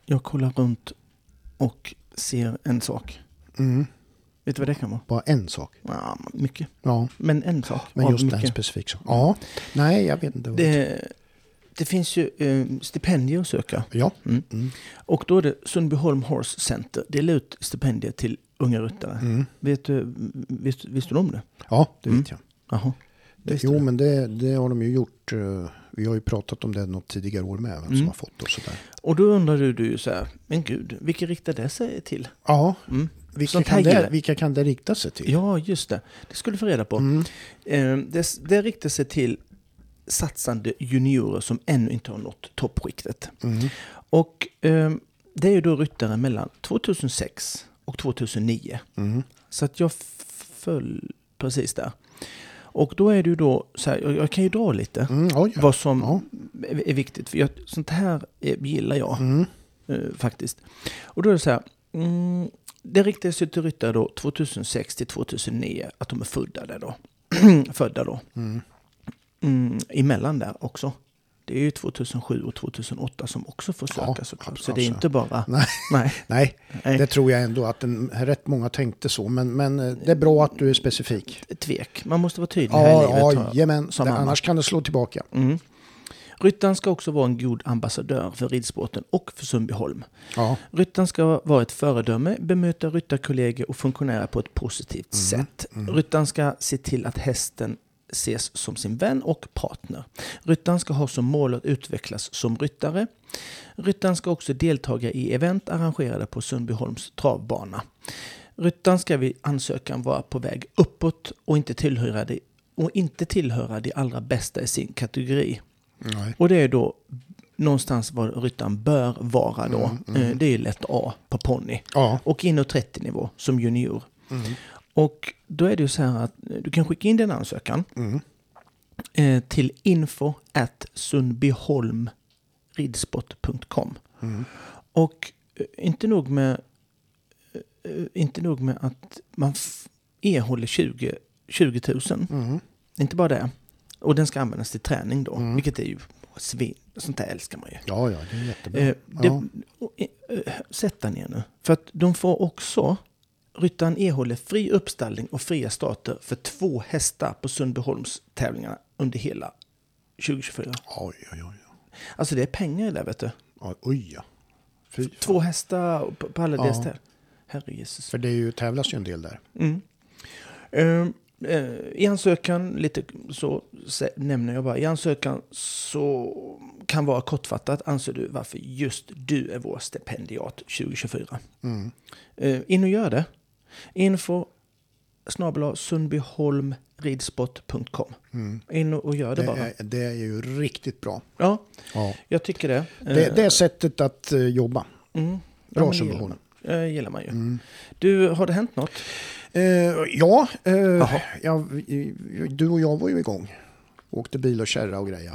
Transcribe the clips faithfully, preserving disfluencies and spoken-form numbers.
Jag kollar runt och ser en sak. Mm. Vet du vad det kan vara? Bara en sak? Ja, mycket. Ja. Men en sak. Men just mycket. en specifik sak. Ja, nej jag vet inte. Det, det finns ju eh, stipendier att söka. Ja. Mm. Mm. Och då är det Sundbyholm Horse Center. Det delar ut stipendier till unga ryttare. Mm. Vet du, visst, visste du om det? Ja, det Mm. vet jag. Jaha. Det, jo, men det, det har de ju gjort. Vi har ju pratat om det något tidigare år med, vem Mm. som har fått och sådär. Och då undrar du, du så här, men gud, vilka riktar det sig till? Ja, Mm. vilka Sånt kan, här det, gillar- vilka kan det rikta sig till? Ja, just det. Det skulle du få reda på. Mm. Eh, det, det riktar sig till satsande juniorer som ännu inte har nått toppskiktet. Mm. Och eh, det är ju då ryttare mellan tvåtusensex och tvåtusenio. Mm. Så att jag f- föll precis där. Och då är det ju då så här, jag, jag kan ju dra lite Mm, oj, ja. vad som Ja. är, är viktigt. För jag, sånt här är, gillar jag Mm. eh, faktiskt. Och då är det så här, mm, det riktar sig till ryttare då tvåtusensex till tvåtusenio, att de är födda där då. födda då. Mm. Mm, emellan där också. Det är ju tvåtusensju och tvåtusenåtta som också får söka Ja, såklart. alltså. Så det är inte bara... Nej. Nej. Nej, Nej. det tror jag ändå att en, rätt många tänkte så. Men, men det är bra att du är specifik. Tvek. Man måste vara tydlig här i Ja, livet. ja har- jamen, som det, mamma. annars kan det slå tillbaka. Mm. Ryttaren ska också vara en god ambassadör för ridsporten och för Sundbyholm. Ja. Ryttaren ska vara ett föredöme, bemöta ryttarkollegor och funktionärer på ett positivt Mm. sätt. Ryttaren ska se till att hästen ses som sin vän och partner. Ryttaren ska ha som mål att utvecklas som ryttare. Ryttaren ska också delta i event arrangerade på Sundbyholms travbana. Ryttaren ska vid ansökan vara på väg uppåt och inte tillhöra de, och inte tillhöra de allra bästa i sin kategori. Nej. Och det är då någonstans vad ryttaren bör vara då. Mm, mm. Eh, Det är ju lätt A på ponny. Ja. Och in trettio nivå som junior. Mm. Och då är det ju så här att du kan skicka in din ansökan Mm. eh, till info at sundbyholmridsport punkt com. Mm. Och eh, inte nog med eh, inte nog med att man f- erhåller tjugo tusen. Mm. Inte bara det. Och den ska användas till träning då. Mm. Vilket är ju svin. Sånt där älskar man ju. Ja, ja, det är jättebra. Eh, det, Ja. eh, eh, sätt där ner nu. För att de får också, ryttaren erhåller fri uppställning och fria starter för två hästar på Sundbyholms tävlingarna under hela tjugohundratjugofyra. Oj, oj, oj. Alltså det är pengar där, vet du. Ja, oj, ja. Fy fan. Två hästar på, på alla Ja. deras tävlingar. Herre Jesus. För det är ju, tävlas ju en del där. Mm. Eh, eh, I ansökan, lite så sä- nämner jag bara, i ansökan så kan vara kortfattat, anser du varför just du är vår stipendiat tjugohundratjugofyra. Mm. Eh, in och gör det. Info snabel-a sundbyholmridsport punkt com. Mm. In och gör det, Det, bara. är, det är ju riktigt bra. Ja, Ja. jag tycker det. Det, det är sättet att uh, jobba. Mm. Bra men det Sundbyholm. gillar man. Eh, gillar man ju. Mm. Du, har det hänt något? Eh, ja, eh, Jaha. ja, vi- du och jag var ju igång. Åkte bil och kärra och grejer.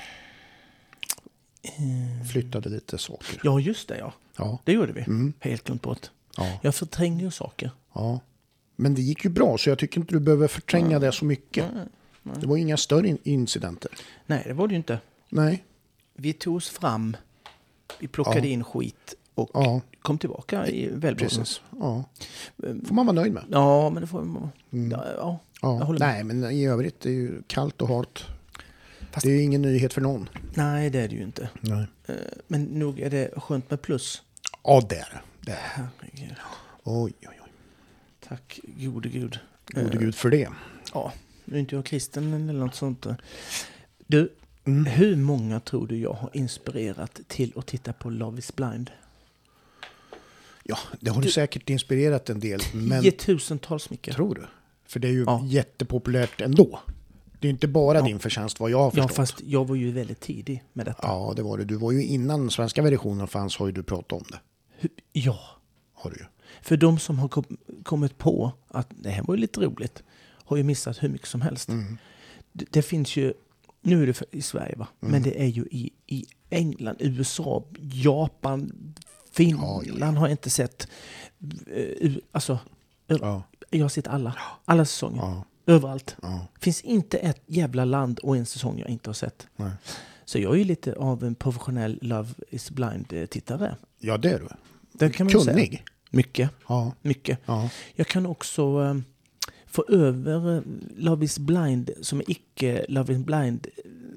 Flyttade lite saker. Ja, just det, ja. Ja. Det gjorde vi. Mm. Helt glömt bort. Ja. Jag förtränger ju saker. Ja. Men det gick ju bra, så jag tycker inte du behöver förtränga det så mycket. Nej, nej. Det var ju inga större in- incidenter. Nej, det var det ju inte. Nej. Vi tog oss fram, vi plockade Ja. in skit och Ja, kom tillbaka i välmående. precis. Ja. Får man vara nöjd med. Ja, men det får man. Mm. Ja, ja. Ja. Jag håller med. Nej, men i övrigt det är ju kallt och halt. Fast- Det är ju ingen nyhet för någon. Nej, det är det ju inte. Nej. Eh, Men nog är det skönt med plus. Ja, där. där. Herregud. Oj, oj, oj. Tack, gode gud. Gode Eh, gud för det. Ja, nu är inte jag kristen eller något sånt. Du, Mm. hur många tror du jag har inspirerat till att titta på Love is blind? Ja, det har du Du- säkert inspirerat en del. Men Tiotusentals mycket. tror du? För det är ju Ja. jättepopulärt ändå. Det är inte bara Ja. din förtjänst vad jag har Ja, förstått. fast jag var ju väldigt tidig med detta. Ja, det var det. Du var ju innan den svenska versionen fanns har ju du pratat om det. Hur- Ja, Har du ju. för de som har kom- kommit på att det här var ju lite roligt har ju missat hur mycket som helst. Mm. Det, det finns ju, nu är det för, i Sverige va, Mm. men det är ju i, i England, U S A, Japan, Finland Ja, ja, ja. har jag inte sett. eh, u- Alltså, Ja, jag har sett alla, alla säsonger, ja, överallt. ja. Finns inte ett jävla land och en säsong jag inte har sett. Nej. Så jag är ju lite av en professionell Love is blind-tittare. Ja, det är du. Det kan man Kunnig. säga. Mycket. Ja. Mycket. Ja. Jag kan också um, få över uh, Love is blind som är icke Love is blind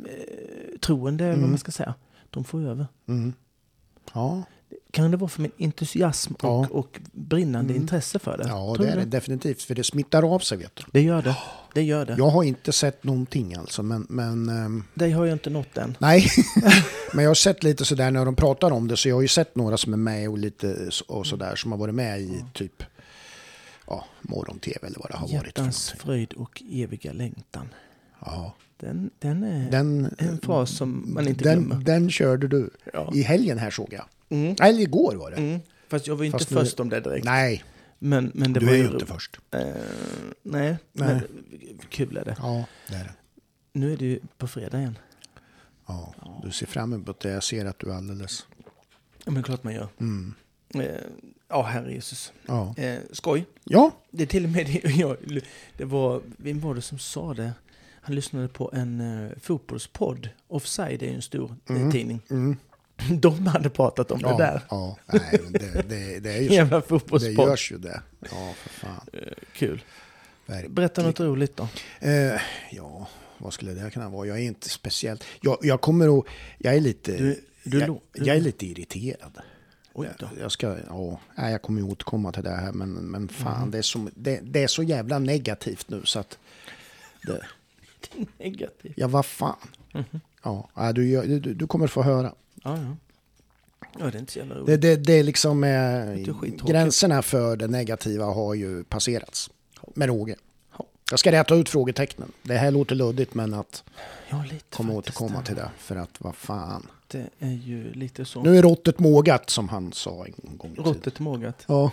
uh, troende, mm. vad man ska säga. De får över. Mm. Ja. Kan det vara för min entusiasm och, ja. och brinnande mm. intresse för det? Ja, Tror det är det det definitivt. För det smittar av sig, vet du. Det gör det. Det gör det. Jag har inte sett någonting alltså, men... men um... Det har jag inte nått än. Nej, men jag har sett lite sådär när de pratar om det, så jag har ju sett några som är med och lite och sådär som har varit med i typ ja, morgon-tv eller vad det har varit. Hjärtans fröjd och eviga längtan. Ja. Den, den är den, en fras som man inte den, glömmer. Den körde du ja. i helgen här, såg jag. Mm. Eller igår var det. Mm. Fast jag var inte Fast först nu... om det direkt. Nej, men, men det du var är ju ju inte först. Uh, nej, nej. Men kul är det. Ja, det är det. Nu är det ju på fredag igen. Ja, du ser fram emot det. Jag ser att du är alldeles... Ja, men klart man gör. Mm. Uh, ja, herre Jesus. Ja. Uh, skoj. Ja. Det är till och med det, ja, det var, vem var det som sa det? Han lyssnade på en uh, fotbollspodd. Offside är ju en stor mm. tidning. Mm. De hade pratat om ja, det där. Ja, nej, men det, det, det är ju Jävla så. fotbollspodd. Det görs ju det. Ja, för fan. Uh, kul. Verkligen. Berätta något roligt då. Uh, ja, vad skulle det kunna vara? Jag är inte speciellt... Jag, jag kommer att... Jag är lite... Du, du, jag, jag är lite irriterad. Oj då. Jag, jag ska... Ja, nej, jag kommer ju återkomma till det här, men, men fan, Mm. det, är så, det, det är så jävla negativt nu så att... Det, Det är negativt. ja, vad fan. Mm. Ja, du, du, du kommer få höra. Ja, ja. Ja, det är inte så jävla roligt. Det, det, det är liksom... Eh, Lite skittråkigt. gränserna för det negativa har ju passerats. Med råge. Ja. Jag ska rätta ut frågetecknen. Det här låter luddigt, men att Ja, lite kommer faktiskt, återkomma ja. till det. För att, vad fan. Det är ju lite så. Nu är råttet mågat, som han sa en gång i tiden. Råttet mågat. Ja,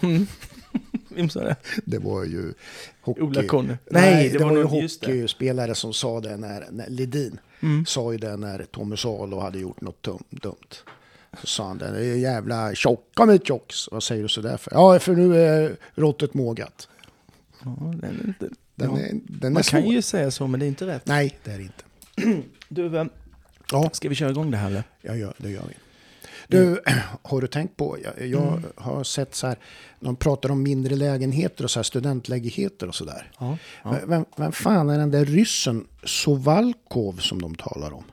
Vem sa det? det var ju hockey. Ola Conny. Nej, Nej, det, det var, var ju nog- just det. hockeyspelare som sa det när, när Ledin Mm. sa ju det när Tommy Salo hade gjort något dum, dumt. Så sa han det, det är jävla tjocka med tjocks. Vad säger du så där för? Ja, för nu är råttet mågat. Ja, den är inte... Den ja. är, den Man är kan svår. ju säga så, men det är inte rätt. Nej, det är det inte. Du, eh, Ja, ska vi köra igång det här eller? jag gör, det gör vi. Du, har du tänkt på, jag, jag Mm. har sett så här, de pratar om mindre lägenheter och så här studentlägenheter och så där. Ja. ja. Vem, vem fan är den där ryssen Sovalkov som de talar om?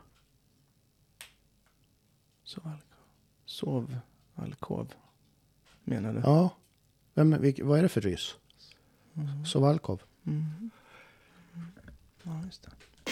Sov, sov, alkov. Menar du? Ja, vem, vilk, vad är det för ryss? Mm. Sovalkov. Mm. Ja, just det.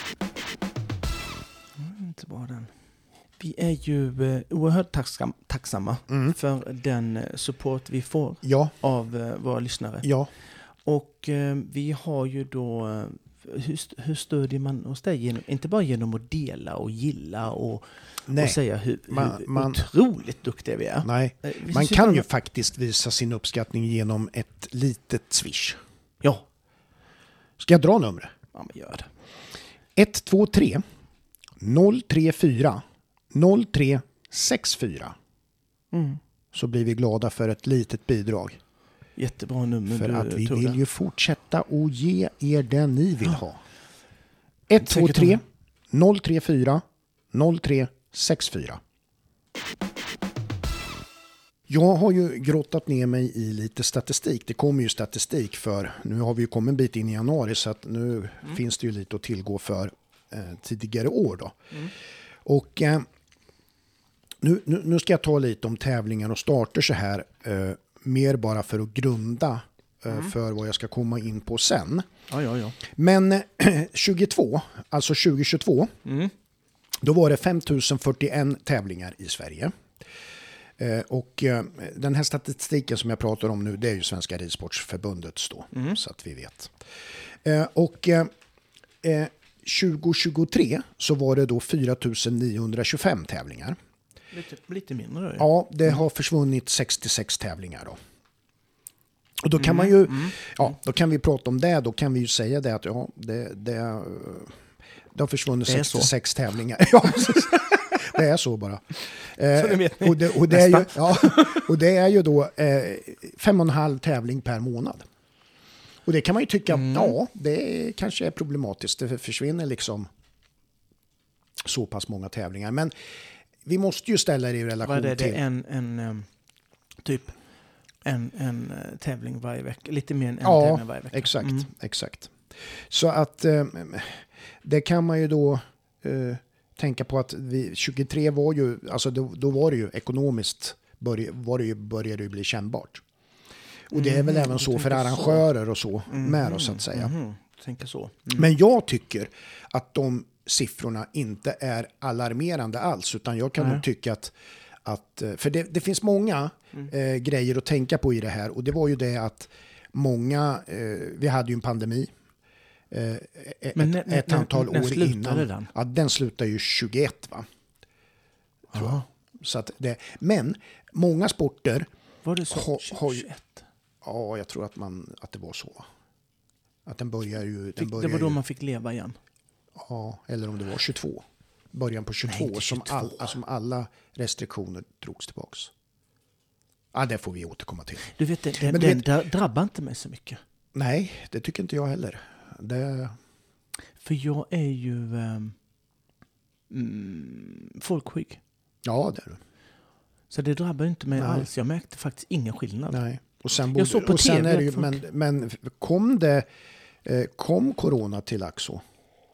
Ja, inte bara den. Vi är ju eh, oerhört tacksam, tacksamma Mm. för den eh, support vi får Ja, av eh, våra lyssnare. ja. Och eh, vi har ju då, eh, hur, hur stödjer man oss där? Genom, inte bara genom att dela och gilla och, Nej, och säga hur, hur Man- man- otroligt duktiga vi är. nej. Eh, vi Man syns kan bara- ju faktiskt visa sin uppskattning genom ett litet swish. Ja, Ska jag dra numret? ja men gör det. ett två tre noll tre fyra noll tre sex fyra. Mm. Så blir vi glada för ett litet bidrag. Jättebra nummer För du att vi tog vill där. ju fortsätta och ge er det ni vill ha. ett två Säkert tre om- noll tre fyra noll tre sex fyra. Jag har ju grottat ner mig i lite statistik. Det kommer ju statistik för, nu har vi ju kommit en bit in i januari så att nu Mm. finns det ju lite att tillgå för eh, tidigare år då. Mm. Och eh, nu, nu, nu ska jag ta lite om tävlingar och starter så här. Eh, mer bara för att grunda eh, Mm. för vad jag ska komma in på sen. Ja, ja, ja. Men eh, tjugotvå, alltså tjugohundratjugotvå, Mm. då var det fem tusen fyrtioen tävlingar i Sverige. Eh, och eh, den här statistiken som jag pratar om nu, det är ju Svenska Ridsportsförbundets då, Mm. så att vi vet. Eh, och eh, eh, tjugohundratjugotre så var det då fyra tusen niohundratjugofem tävlingar. Lite, lite mindre då, Ja, det har försvunnit sextiosex tävlingar då. Och då kan Mm, man ju, mm. ja, då kan vi prata om det, då kan vi ju säga det att ja, det, det, eh, det har försvunnit Det är så. sextiosex tävlingar. Ja, precis. Det är så bara. Eh, Så det vet ni. och, det, och, det är ju, Nästa. ja, och det är ju då eh, fem och en halv tävling per månad. Och det kan man ju tycka, Mm. ja, det kanske är problematiskt. Det försvinner liksom så pass många tävlingar. Men vi måste ju ställa det i relation Vad är det? Det till... är en, en, em, typ en, en tävling varje vecka. Lite mer än en ja, tävling varje vecka. Exakt, mm. exakt. Så att eh, det kan man ju då eh, tänka på att vi, tjugotre var ju, alltså då, då var det ju ekonomiskt börj, var det ju, började det ju bli kännbart. Och det är väl mm, även så för arrangörer så. och så mm, med oss så att säga. Mm, tänker så. Mm. Men jag tycker att de siffrorna inte är alarmerande alls, utan jag kan mm. nog tycka att, att för det, det finns många mm. eh, grejer att tänka på i det här, och det var ju det att många, eh, vi hade ju en pandemi eh, ett, Men när, ett antal när, när år innan. Den? Ja, den slutar ju tjugoett va? Tror jag. Så att det, men många sporter var det så? Ha, tjugoett? Ja, jag tror att, man, att det var så. Att den börjar ju... Den fick, börjar det var då ju, man fick leva igen? Ja, eller om det var tjugotvå. Början på tjugotvå, Nej, som, all, alltså, alla restriktioner drogs tillbaks. Ja, det får vi återkomma till. Du vet, det, det, den vet, drabbar inte mig så mycket. Nej, det tycker inte jag heller. Det... För jag är ju um, mm, folkskygg. Ja, det är du. Så det drabbar inte mig Nej. alls. Jag märkte faktiskt ingen skillnad. Nej. Och sen, bodde, och sen är det ju, men, men kom det eh, kom corona till Laxå?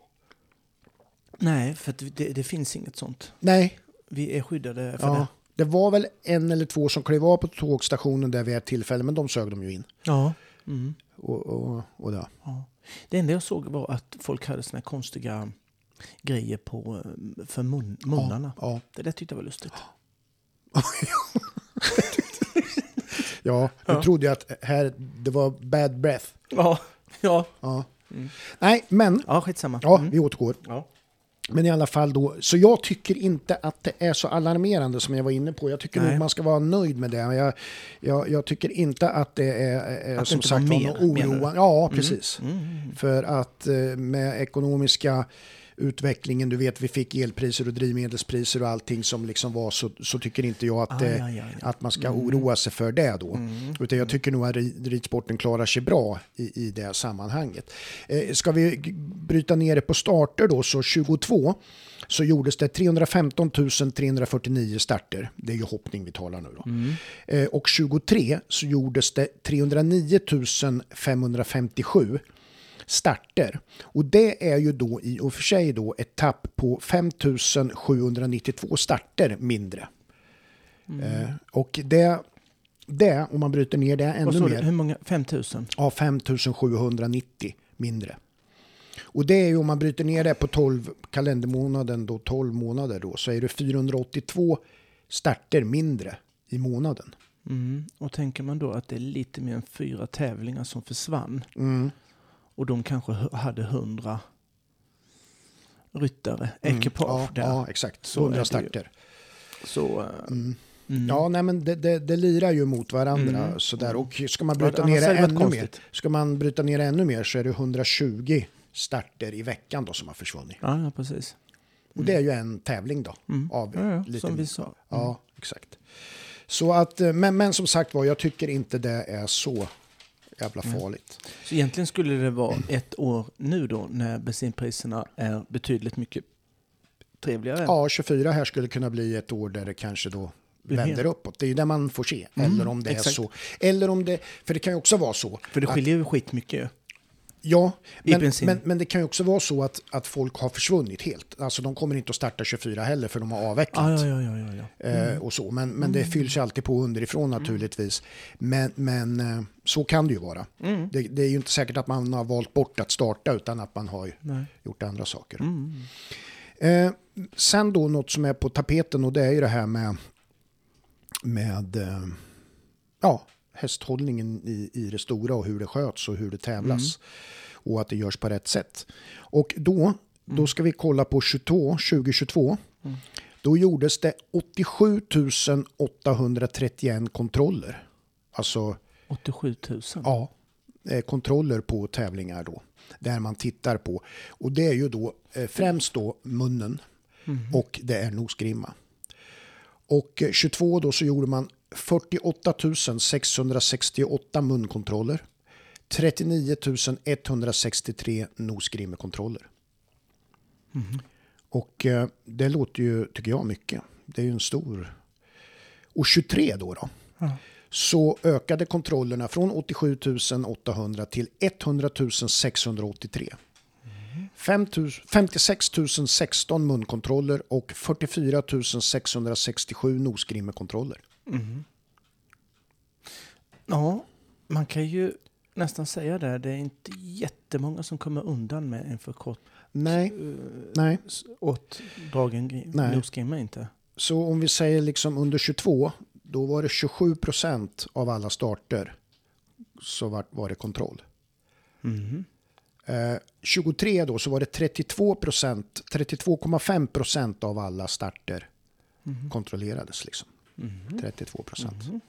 Nej, för det, det finns inget sånt. Nej. Vi är skyddade för ja. det. Det var väl en eller två som klev av på tågstationen där vid ett tillfälle, men de sög de ju in. Ja. Mm. Och, och, och där. Ja. Det enda jag såg var att folk hade såna konstiga grejer på för mun, munnarna. Ja, ja. Det där tyckte jag var lustigt. Ja, du ja. trodde att här, det var bad breath. Ja, ja. ja. Mm. Nej, men... Ja, skitsamma. Ja, mm. vi återgår. Ja. Men i alla fall då, så jag tycker inte att det är så alarmerande som jag var inne på. Jag tycker nog man ska vara nöjd med det. Jag, jag, jag tycker inte att det är, är att som det sagt var något oroande. Ja, precis. Mm. Mm. För att med ekonomiska utvecklingen, du vet vi fick elpriser och drivmedelspriser och allting som liksom var, så, så tycker inte jag att, ah, ja, ja, ja. att man ska mm. oroa sig för det då. Mm. Utan jag tycker nog att ridsporten klarar sig bra i, i det sammanhanget. Eh, ska vi bryta ner det på starter då, så tjugotvå så gjordes det trehundrafemton tusen trehundrafyrtionio starter. Det är ju hoppning vi talar nu då. Mm. Eh, och tjugotre så gjordes det trehundranio tusen femhundrafemtiosju starter. Och det är ju då i och för sig då ett tapp på fem tusen sjuhundranittiotvå starter mindre. Mm. Eh, och det, det, om man bryter ner det ännu mer. Hur många? fem tusen? Ja, fem tusen sjuhundranittio mindre. Och det är ju, om man bryter ner det på tolv kalendermånaden då, tolv månader då, så är det fyrahundraåttiotvå starter mindre i månaden. Mm. Och tänker man då att det är lite mer än fyra tävlingar som försvann. Mm. Och de kanske hade hundra ryttare, ekipage mm, ja, där. Ja, exakt. Så hundra starter. Så, mm. Mm. Ja, nej, men det, det, det lirar ju mot varandra. Mm. Sådär. Och ska man bryta ner det ännu konstigt. mer, ska man bryta ner det ännu mer så är det hundratjugo starter i veckan då som har försvunnit. Ja, ja precis. Mm. Och det är ju en tävling då. Mm. Av ja, ja, lite som vi sa. Mm. Ja, exakt. Så att, men, men som sagt var, jag tycker inte det är så jävla farligt. Mm. Så egentligen skulle det vara ett år nu då när bensinpriserna är betydligt mycket trevligare? Ja, tjugofyra här skulle kunna bli ett år där det kanske då vänder uppåt. Det är ju det man får se. Mm, eller om det exakt. är så. Eller om det, för det kan ju också vara så. För det skiljer ju skitmycket. Ja, men, men, men det kan ju också vara så att, att folk har försvunnit helt. Alltså de kommer inte att starta tjugofyra heller för de har avvecklat. Ah, ja, ja, ja, ja. Mm. Eh, och så. Men, men det fylls ju alltid på underifrån naturligtvis. Men, men eh, så kan det ju vara. Mm. Det, det är ju inte säkert att man har valt bort att starta utan att man har Nej. gjort andra saker. Mm. Eh, sen då något som är på tapeten, och det är ju det här med, med eh, ja, hästhållningen i, i det stora och hur det sköts och hur det tävlas. Mm. Och att det görs på rätt sätt. Och då, då ska vi kolla på tjugotvå, tjugohundratjugotvå. Mm. Då gjordes det åttiosju tusen åttahundratrettioen kontroller. Alltså åttiosju tusen? Ja, eh, kontroller på tävlingar då. Där man tittar på. Och det är ju då eh, främst då munnen. Mm. Och det är nosgrimma. Och eh, tjugotvå då så gjorde man fyrtioåtta tusen sexhundrasextioåtta munkontroller. trettionio tusen etthundrasextiotre nosgrimmekontroller. Mm. Och eh, det låter ju, tycker jag, mycket. Det är ju en stor... Och tjugotre då då. ja. så ökade kontrollerna från åttiosju tusen åttahundra till etthundra tusen sexhundraåttiotre. Mm. femtiosex tusen sexton munkontroller och fyrtiofyra tusen sexhundrasextiosju nosgrimmekontroller. Mm. Ja, man kan ju nästan säga det. Det är inte jättemånga som kommer undan med en för kort Nej. Uh, Nej. åtdragen nosgrimme inte. Så om vi säger liksom under tjugotvå, då var det tjugosju procent av alla starter så var, var det kontroll. Mm. Eh, tjugotre då så var det trettiotvå procent, trettiotvå komma fem procent av alla starter mm. kontrollerades liksom. Mm. trettiotvå procent. Mm.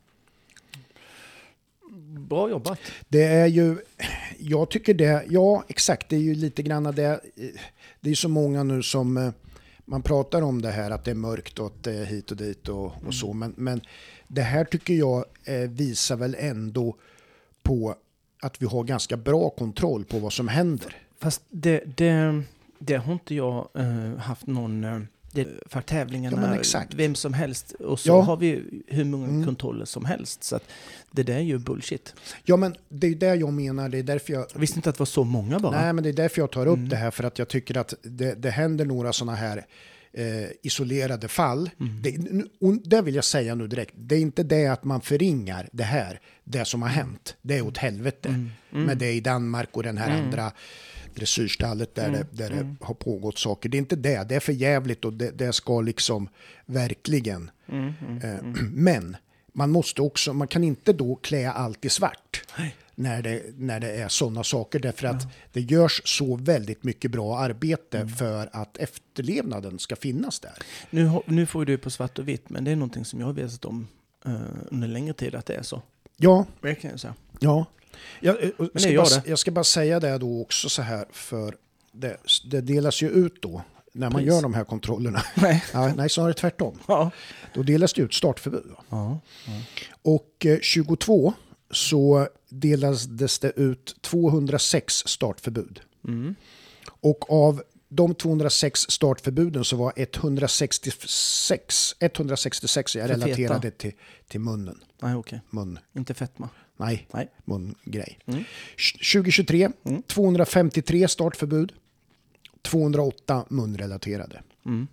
Bra jobbat. Det är ju, jag tycker det, ja exakt, det är ju lite grann det, det är så många nu som man pratar om det här att det är mörkt och att det är hit och dit och, och mm. så, men, men det här tycker jag eh, visar väl ändå på att vi har ganska bra kontroll på vad som händer. Fast det, det, det har inte jag eh, haft någon... Eh, det, för tävlingarna, ja, vem som helst. Och så ja. har vi hur många mm. kontroller som helst. Så att det där är ju bullshit. Ja, men det är det jag menar. Det är därför jag... jag visste inte att det var så många bara. Nej, men det är därför jag tar upp mm. det här. För att jag tycker att det, det händer några sådana här eh, isolerade fall. Mm. Det, och det vill jag säga nu direkt. Det är inte det att man förringar det här. Det som har hänt. Det är åt helvete. Mm. Mm. Men det är i Danmark och den här mm. andra... dressyrstallet där, mm, det, där mm. det har pågått saker. Det är inte det. Det är för jävligt och det, det ska liksom verkligen. Mm, mm, eh, mm. Men man måste också, man kan inte då klä allt i svart när det, när det är sådana saker. Därför att ja. det görs så väldigt mycket bra arbete mm. för att efterlevnaden ska finnas där. Nu, nu får du på svart och vitt, men det är någonting som jag har vetat om uh, under längre tid att det är så. Ja. Det kan jag säga. Ja. Jag, jag, ska bara, jag ska bara säga det då också så här, för det, det delas ju ut då när man Pris. gör de här kontrollerna. Nej, ja, nej snarare tvärtom. Ja. Då delas det ut startförbud. Ja. Ja. Och eh, tjugotvå så delades det ut tvåhundrasex startförbud. Mm. Och av de tvåhundrasex startförbuden så var etthundrasextiosex, etthundrasextiosex är relaterade till, till munnen. Nej, okej. Okay. Mun. Inte fetma. Nej, Nej. mungrej. Mm. tjugohundratjugotre, mm. tvåhundrafemtiotre startförbud, tvåhundraåtta munrelaterade. Mm.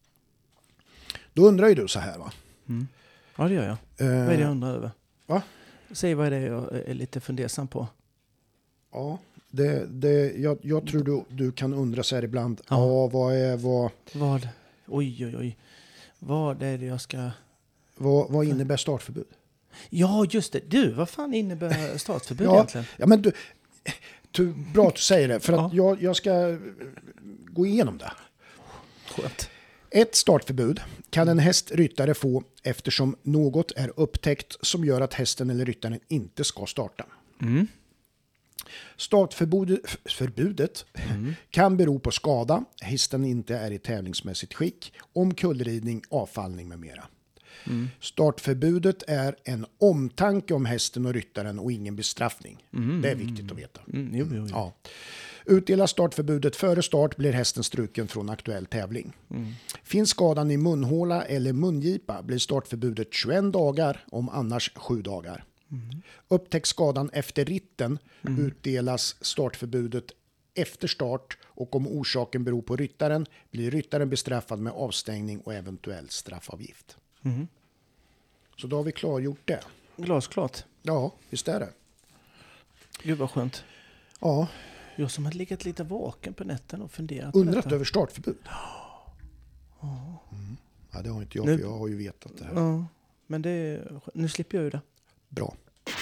Då undrar ju du så här, va? Mm. Ja, det gör jag. Uh, vad är det jag undrar över? Va? Säg vad är det jag är lite fundersam på. Ja, det, det, jag, jag tror du, du kan undra så här ibland. Ja, ja vad är... Vad, vad? Oj, oj, oj. Vad är det jag ska... Vad, vad innebär startförbud? Ja, just det. Du, vad fan innebär startförbud ja, egentligen? Ja, men du, du... Bra att du säger det. För att ja. jag, jag ska gå igenom det. Skönt. Ett startförbud kan en hästryttare få eftersom något är upptäckt som gör att hästen eller ryttaren inte ska starta. Mm. Startförbudet mm. kan bero på skada, hästen inte är i tävlingsmässigt skick, omkullridning, avfallning med mera. Mm. Startförbudet är en omtanke om hästen och ryttaren och ingen bestraffning. Mm. Det är viktigt att veta. Mm. Jo, jo, jo. Ja. Utdelas startförbudet före start blir hästen struken från aktuell tävling. Mm. Finns skadan i munhåla eller mungipa blir startförbudet tjugoett dagar, om annars sju dagar. Mm. Upptäcks skadan efter ritten mm. utdelas startförbudet efter start, och om orsaken beror på ryttaren blir ryttaren bestraffad med avstängning och eventuell straffavgift. Mm. Så då har vi klargjort det. Glasklart. Ja, visst är det. Gud vad skönt. Ja. Jag som har legat lite vaken på nätten och funderat Undrat på över startförbud. Ja. Mm. Ja, det har inte jag, nu, för jag har ju vetat det här. Ja, men det, nu slipper jag ju det. Bra.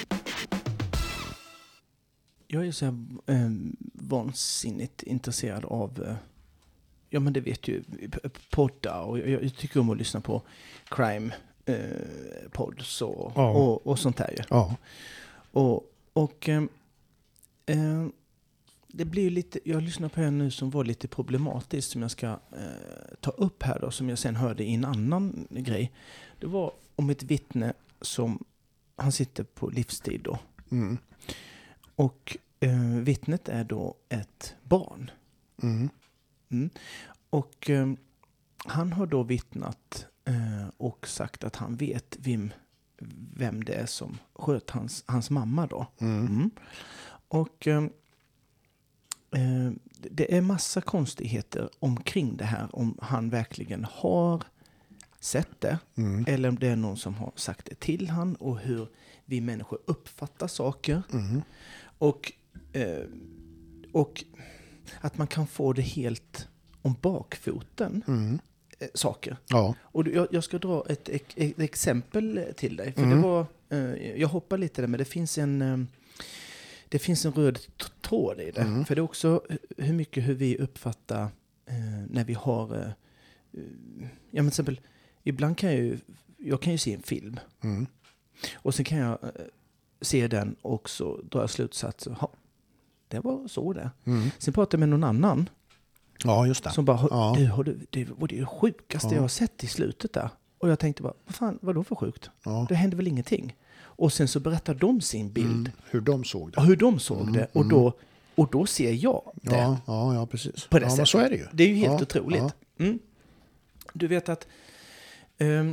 Jag är så här, eh, vansinnigt intresserad av, eh, ja men det vet ju, poddar, och jag, jag tycker om att lyssna på crime eh, pods och, ja. och, och sånt där ju. Ja. Och, och eh, eh, det blir ju lite, jag lyssnar på en nu som var lite problematiskt som jag ska eh, ta upp här då, som jag sen hörde i en annan grej. Det var om ett vittne som, han sitter på livstid då. Mm. Och eh, vittnet är då ett barn. Mm. Mm. Och eh, han har då vittnat eh, och sagt att han vet vem vem det är som sköt hans, hans mamma då. Mm. Mm. Och eh, eh, det är massa konstigheter omkring det här. Om han verkligen har sett det. Mm. Eller om det är någon som har sagt det till han. Och hur vi människor uppfattar saker. Mm. Och, eh, och att man kan få det helt om bakfoten. Mm. Eh, saker. Ja. Och jag, jag ska dra ett, ett, ett exempel till dig. För Mm. det var, eh, jag hoppar lite där, men det finns en... Eh, Det finns en röd tråd i det. Mm. För det är också hur mycket hur vi uppfattar eh, när vi har... Eh, ja, men till exempel, ibland kan jag ju... Jag kan ju se en film. Mm. Och sen kan jag eh, se den och så drar jag slutsatser. Ja, det var så det. Mm. Sen pratar jag med någon annan. Ja, just det. Som bara, Ja. du, har du, det var det sjukaste Ja. jag har sett i slutet där. Och jag tänkte bara, vad fan, vad då för sjukt? Ja. Det hände väl ingenting. Och sen så berättar de sin bild. Mm. Hur de såg det. Och hur de såg Mm, det. Och mm. då, och då ser jag det. Ja, ja, ja, precis. På det ja, men sättet. så är det ju. Det är ju helt Ja, otroligt. ja. Mm. Du vet att... ehm,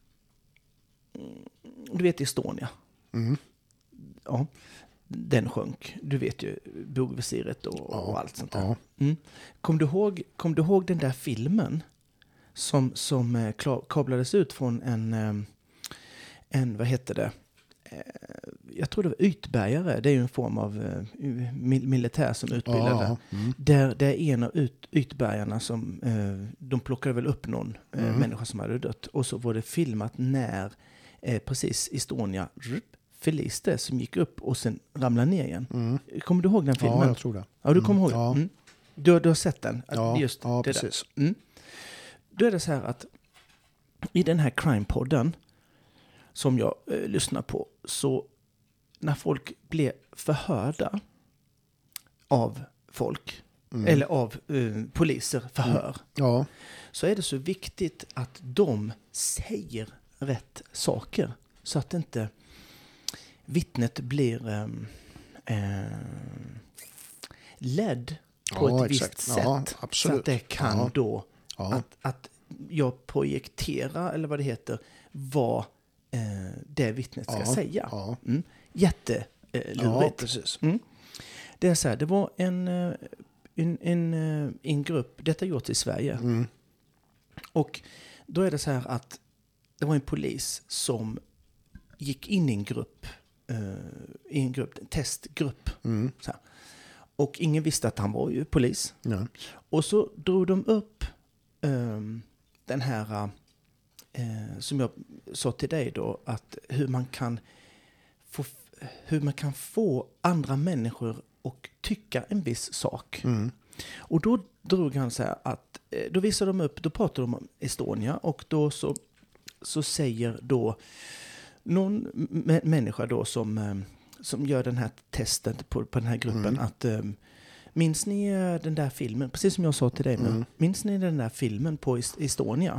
du vet Estonia. Mm. Ja. Den sjönk. Du vet ju bogvisiret och, Ja, och allt sånt där. ja. Mm. Kom, du ihåg, kom du ihåg den där filmen som, som eh, kla- kablades ut från en, eh, en, vad heter det? Eh, jag tror det var ytbärgare. Det är ju en form av eh, mil- militär som utbildade. Ja, ja. Mm. Där det är en av ut, ytbärgarna som, eh, de plockade väl upp någon eh, Mm. människa som hade dött. Och så var det filmat när eh, precis Estonia rup, förliste som gick upp och sen ramlade ner igen. Mm. Kommer du ihåg den filmen? Ja, jag tror det. Ja, du kommer ihåg Ja. den? Mm. Du, du har sett den? Ja, Just ja det där. precis. Mm. Då är det så här att i den här crime-podden som jag eh, lyssnar på, så när folk blir förhörda av folk, Mm. eller av eh, poliser förhör, Ja, så är det så viktigt att de säger rätt saker. Så att inte vittnet blir eh, eh, ledd på Ja, ett visst exakt. sätt. Ja, så absolut. att det kan Ja. då, ja. att, att jag projekterar, eller vad det heter, vad eh, det vittnet ska Ja, säga. ja. Mm. Jättelurigt. Eh, Ja, lurigt. precis. Mm. Det är så här, det var en, eh, en, en, eh, en grupp, detta gjorts i Sverige. Mm. Och då är det så här att det var en polis som gick in i en grupp, eh, i en grupp, en testgrupp. Mm. Så här. Och ingen visste att han var ju polis. Ja. Och så drog de upp um, den här, uh, som jag sa till dig då, att hur man kan få, hur man kan få andra människor att tycka en viss sak. Mm. Och då drog han så här att, eh, då visade de upp, då pratade de om Estonia, och då så, så säger då någon m- människa då som, eh, som gör den här testet på, på den här gruppen, Mm. att eh, minns ni eh, den där filmen, precis som jag sa till dig nu, Mm. minns ni den där filmen på Est- Estonia?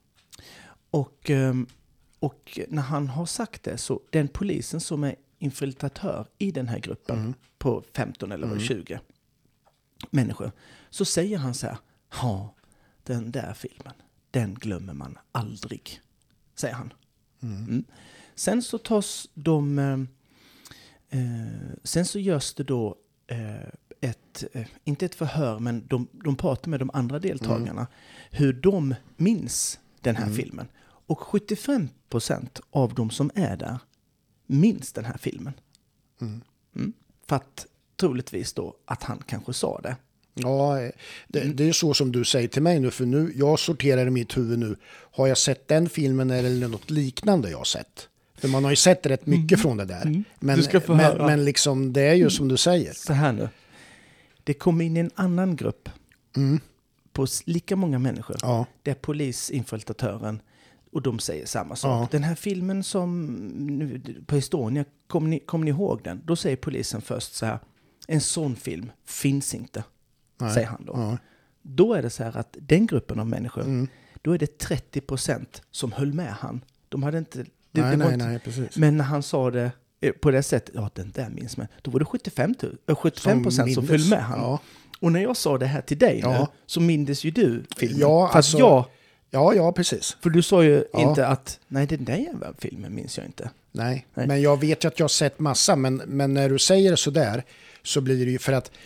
Och, eh, och när han har sagt det, så den polisen som är infiltratör i den här gruppen Mm. på femton eller Mm. tjugo människor, så säger han så här: ja, den där filmen, den glömmer man aldrig, säger han. Mm. Mm. Sen så tas de, eh, eh, sen så görs det då eh, ett, eh, inte ett förhör, men de, de pratar med de andra deltagarna hur de minns den här Mm. filmen. Och sjuttiofem procent av de som är där minns den här filmen. Mm. Mm. För att troligtvis då att han kanske sa det. Ja, det, det är så som du säger till mig nu, för nu, jag sorterar i mitt huvud nu. Har jag sett den filmen eller något liknande jag har sett? För man har ju sett rätt mycket Mm. från det där. Mm. Men, Du ska få men, höra. men liksom, det är ju som du säger. Så här nu. Det kom in en annan grupp Mm. på s- lika många människor. Ja, Det är polisinfiltratören och de säger samma sak. Ja. Den här filmen som nu, på Estonia, kommer ni, kom ni ihåg den? Då säger polisen först så här: en sån film finns inte, nej. säger han då. Ja. Då är det så här att den gruppen av människor, Mm. då är det trettio procent som höll med han. De hade inte... Det, Nej, det var nej, inte nej, precis. men när han sa det eh, på det sättet, ja, den där minns man, då var det sjuttiofem procent som, som föll med han. Ja, Och när jag sa det här till dig Ja. nu, så mindes ju du filmen. Ja, För alltså, att jag Ja, ja, precis. För du sa ju Ja. inte att, nej den där jävla filmen minns jag inte. Nej. Nej. Men jag vet ju att jag har sett massa, men, men när du säger det så där så blir det ju för att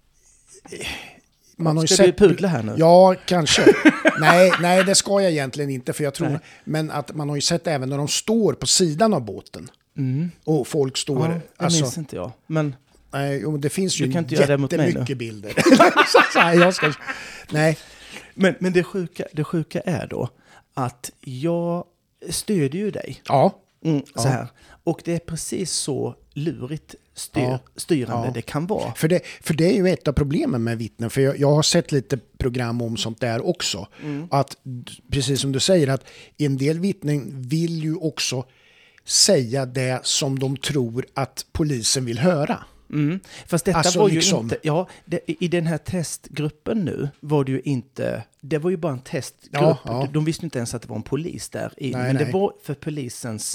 man har ju Ska sett... du pudla här nu? Ja, kanske. nej, nej, det ska jag egentligen inte, för jag tror... Nej. Men att man har ju sett även när de står på sidan av båten. Mm. Och folk står... Ja, det alltså, minns inte jag. Men nej, jo, det finns ju Du kan inte göra det mot mig nu. jättemycket bilder. nej, jag ska, nej. Men, men det, sjuka, det sjuka är då att jag stödjer ju dig. Ja. Mm, så Ja. här. Och det är precis så lurigt styr, Ja. styrande Ja. det kan vara. För det, för det är ju ett av problemen med vittnen. För jag, jag har sett lite program om sånt där också. Mm. Att, precis som du säger, att en del vittnen vill ju också säga det som de tror att polisen vill höra. Mm. Fast detta Alltså, var ju liksom- inte... Ja, det, i den här testgruppen nu var det ju inte... Det var ju bara en testgrupp. Ja, ja. De visste inte ens att det var en polis där. I, Nej, men det nej. var för polisens...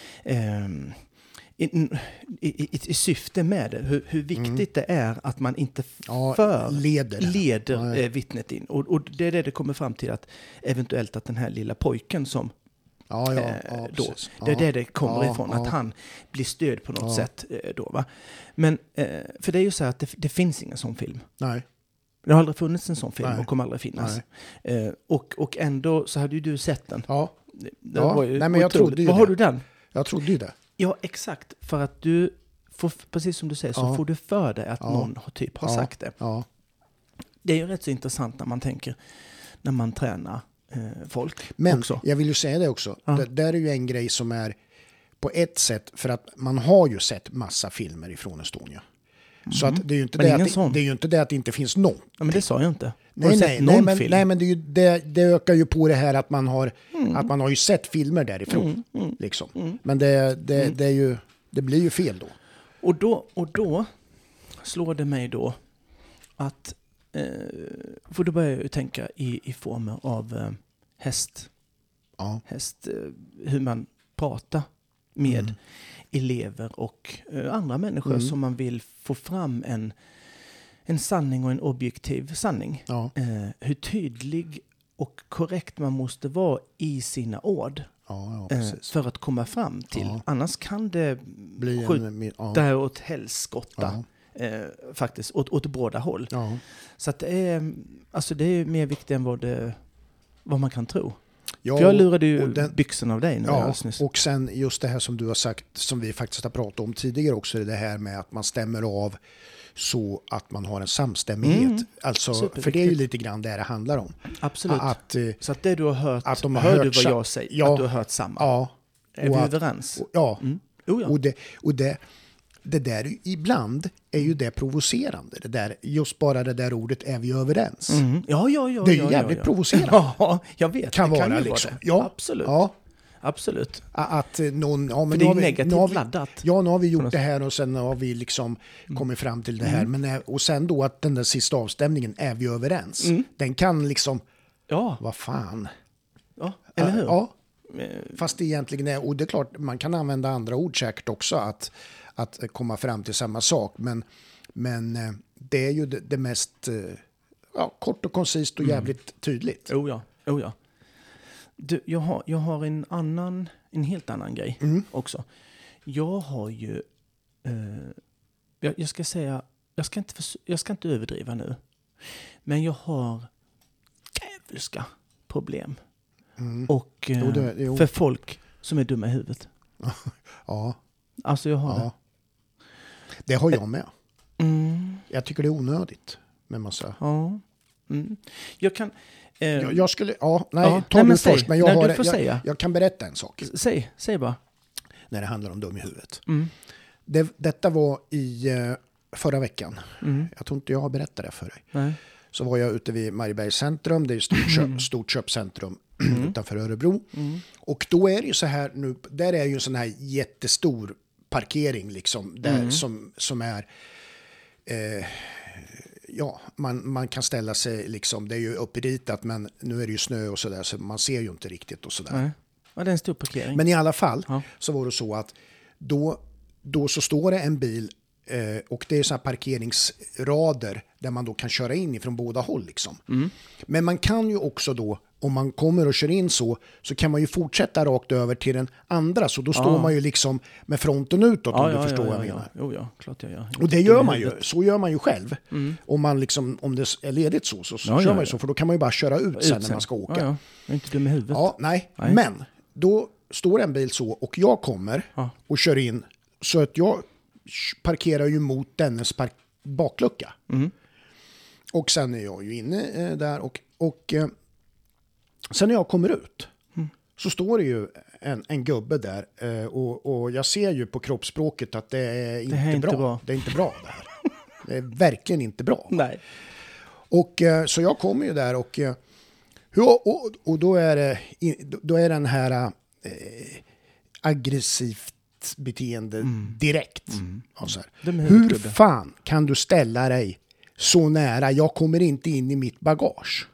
ehm, i, i, i, I syfte med det. Hur, hur viktigt det är att man inte Mm. Ja, för leder. leder Nej. eh, vittnet in. Och, och det är det det kommer fram till att eventuellt att den här lilla pojken som Ja, ja, eh, ja, då, precis. det är Ja, det det kommer ja, ifrån, ja. att han blir stöd på något Ja. sätt eh, då va. Men, eh, för det är ju så här att det, det finns ingen sån film. Nej. Det har aldrig funnits en sån film Nej. och kommer aldrig finnas. Eh, och, och ändå så hade ju du sett den. Ja, Det, det Ja, var ju nej, men jag otroligt. trodde ju Var det. har du den? jag trodde ju det. Ja, exakt. För att du, får, precis som du säger, så Ja. får du för dig att Ja. någon har, typ har Ja. sagt det. Ja, Det är ju rätt så intressant när man tänker, när man tränar eh, folk men också. jag vill ju säga det också. Ja. Det där är ju en grej som är på ett sätt, för att man har ju sett massa filmer ifrån Estonia. Så att det är ju inte Men det ingen att det, sån. det är ju inte det att det inte finns någon. Ja, men det sa jag inte. Har Nej, du sett nej, någon nej, men, film? nej, men det, är ju, det, det ökar ju på det här att man har, Mm. att man har ju sett filmer därifrån. Liksom. Men det, det, det, är ju, det blir ju fel då. Och då, och då slår det mig då att, eh, för då börjar jag ju tänka i, i former av eh, häst, Ja. häst eh, hur man pratar med Mm. elever och eh, andra människor Mm. som man vill få fram en, en sanning och en objektiv sanning. Ja. Eh, hur tydlig och korrekt man måste vara i sina ord Ja, ja, eh, precis. för att komma fram till. Ja. Annars kan det Blir skjuta en, ja. där åt helskotta. Ja. Eh, faktiskt, åt, åt båda håll. Ja. Så att det är, alltså det är mer viktigt än vad, det, vad man kan tro. Ja, För jag lurade ju och den- byxorna av dig nu Ja, alldeles nyss. och sen just det här som du har sagt, som vi faktiskt har pratat om tidigare också, det här med att man stämmer av så att man har en samstämmighet. Mm. Alltså, Superviktigt. för det är ju lite grann det det handlar om. Absolut. Att, eh, Så att det du har hört, att de har hör hört du vad sa- jag säger? Ja. Att du har hört samma? ja, Är och vi att- överens? och, ja, Mm. Oh, ja. och, det, och det, det där ibland är ju det provocerande. Det där, just bara det där ordet är vi överens. Mm. Ja, ja, ja. Det är ju ja, jävligt ja, ja. provocerande. Ja, jag vet. Kan det vara kan ju liksom. vara det. Ja. Absolut. Ja, Absolut. att eh, någon... Ja, men För nu det är har ju vi- negativt nu har vi- laddat. Ja, nu har vi På gjort något det här och sen har vi liksom kommit fram till det här. Men, eh, och sen då att den där sista avstämningen, är vi överens? Mm. Den kan liksom, Ja, vad fan? ja. Eller hur? Ja, Eh, fast det egentligen är, och det är klart, man kan använda andra ord säkert också att, att komma fram till samma sak. Men, men eh, det är ju det, det mest eh, ja, kort och koncist och jävligt tydligt. Oh ja, oh ja. Du, jag, har, jag har en annan, en helt annan grej Mm. också. Jag har ju, eh, jag, jag ska säga, jag ska, inte förs- jag ska inte överdriva nu. Men jag har djävulska problem. Mm. Och eh, Jo, det- jo. för folk som är dumma i huvudet. Ja, Alltså jag har ja. Det har jag med. det. Mm, Jag tycker det är onödigt med massa... ja. Mm. Jag kan... Eh, Jag, jag skulle... Ja, nej, Ja, ta nej, du men säg. först. Men jag, Nej, har, du får jag, säga. jag kan berätta en sak Säg, säg bara. när det handlar om dum i huvudet. Mm. Det, detta var i eh, förra veckan. Mm. Jag tror inte jag har berättat det för dig. Nej. Så var jag ute vid Mariebergs centrum. Det är ett stort, köp, stort köpcentrum utanför Örebro. Mm. Och då är det ju så här nu. Där är ju en sån här jättestor parkering liksom. Där, Mm. som, som är... Eh, ja, man, man kan ställa sig liksom. Det är ju uppritat, men nu är det ju snö och sådär. Så man ser ju inte riktigt och sådär. Nej. Ja, det är en stor parkering. Men i alla fall Ja. så var det så att då, då så står det en bil Eh, och det är så här parkeringsrader där man då kan köra in ifrån båda håll liksom. Mm. Men man kan ju också då, om man kommer och kör in så, så kan man ju fortsätta rakt över till den andra. Så då står ja. man ju liksom med fronten utåt, ja, om ja, du förstår ja, vad jag ja, menar. ja. Jo, ja, klart jag gör. Och det gör man ju, så gör man ju själv. Mm. Om, man liksom, om det är ledigt så, så, så ja, kör ja, man ju så. För då kan man ju bara köra ut, ut sen när man ska åka. Ja, ja. Jag är inte dum i huvudet. Ja, nej. nej. Men då står en bil så och jag kommer ja. och kör in. Så att jag parkerar ju mot dennes park- baklucka. Mm. Och sen är jag ju inne eh, där och, och eh, sen när jag kommer ut mm. så står det ju en, en gubbe där eh, och, och jag ser ju på kroppsspråket att det är inte, det är bra. inte bra. Det är inte bra det här. Det är verkligen inte bra. Nej. Och eh, så jag kommer ju där och, eh, och, och då är det då är den här eh, aggressivt beteende mm. direkt. Mm. Så här. Hur fan kan du ställa dig så nära? Jag kommer inte in i mitt bagage.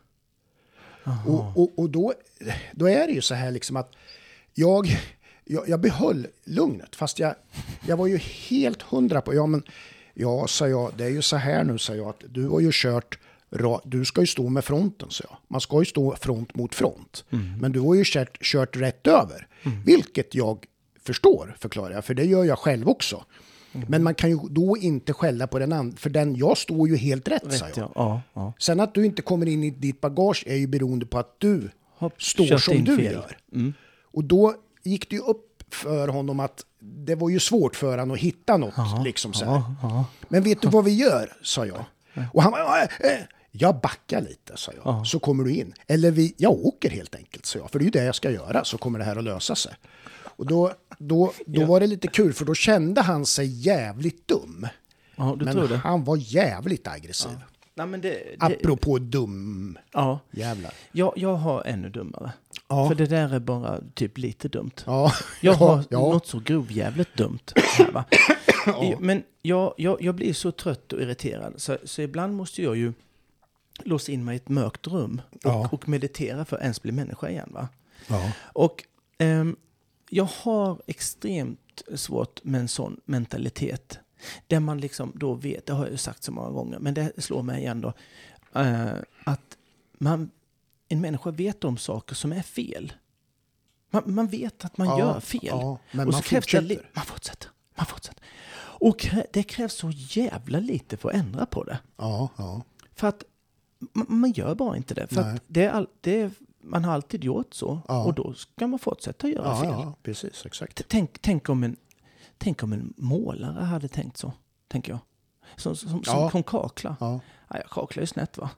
Och, och, och då, då är det ju så här liksom att jag, jag, jag behöll lugnet. Fast jag, jag var ju helt hundra på, ja men ja, sa jag, det är ju så här nu, sa jag, att du har ju kört, du ska ju stå med fronten, så jag. Man ska ju stå front mot front. Mm. Men du har ju kört, kört rätt över. Mm. Vilket jag förstår, förklarar jag, för det gör jag själv också. Mm. Men man kan ju då inte skälla på den andra, för den, jag står ju helt rätt, rätt sa jag. Ja. Ja, ja. Sen att du inte kommer in i ditt bagage är ju beroende på att du Hopp, står som du fel. Gör. Mm. Och då gick det ju upp för honom att det var ju svårt för honom att hitta något. Aha, liksom så här. Aha, aha. Men vet du vad vi gör, sa jag. Och han var, äh, äh. jag backar lite, sa jag. Aha. Så kommer du in. Eller vi, jag åker helt enkelt, sa jag. För det är ju det jag ska göra, så kommer det här att lösa sig. Och då, då, då ja. var det lite kul, för då kände han sig jävligt dum. Ja, du men tror det. Han var jävligt aggressiv. Ja. Nej, men det, det... Apropå dum. Ja. Jävlar. Jag, jag har ännu dummare. Ja. För det där är bara typ lite dumt. Ja. Jag har ja. något så grovjävligt dumt här, va? Ja. Men jag, jag, jag blir så trött och irriterad. Så, så ibland måste jag ju låsa in mig i ett mörkt rum och, ja. och meditera för att ens bli människa igen, va? Ja. Och um, jag har extremt svårt med en sån mentalitet. Där man liksom då vet, det har jag ju sagt så många gånger, men det slår mig igen då, uh, att man, en människa vet om saker som är fel. Man, man vet att man ja, gör fel. Ja, men och man så krävs fortsätter. Det, man fortsätter. Man fortsätter. Och det krävs så jävla lite för att ändra på det. Ja, ja. För att man, man gör bara inte det. För att det är, all, det är man har alltid gjort så. Ja. Och då ska man fortsätta göra ja, fel. Ja, precis, exakt. Tänk, tänk, om en, tänk om en målare hade tänkt så, tänker jag. Som, som, som ja. kom kakla. Ja. Ja, jag kaklar ju snett, va?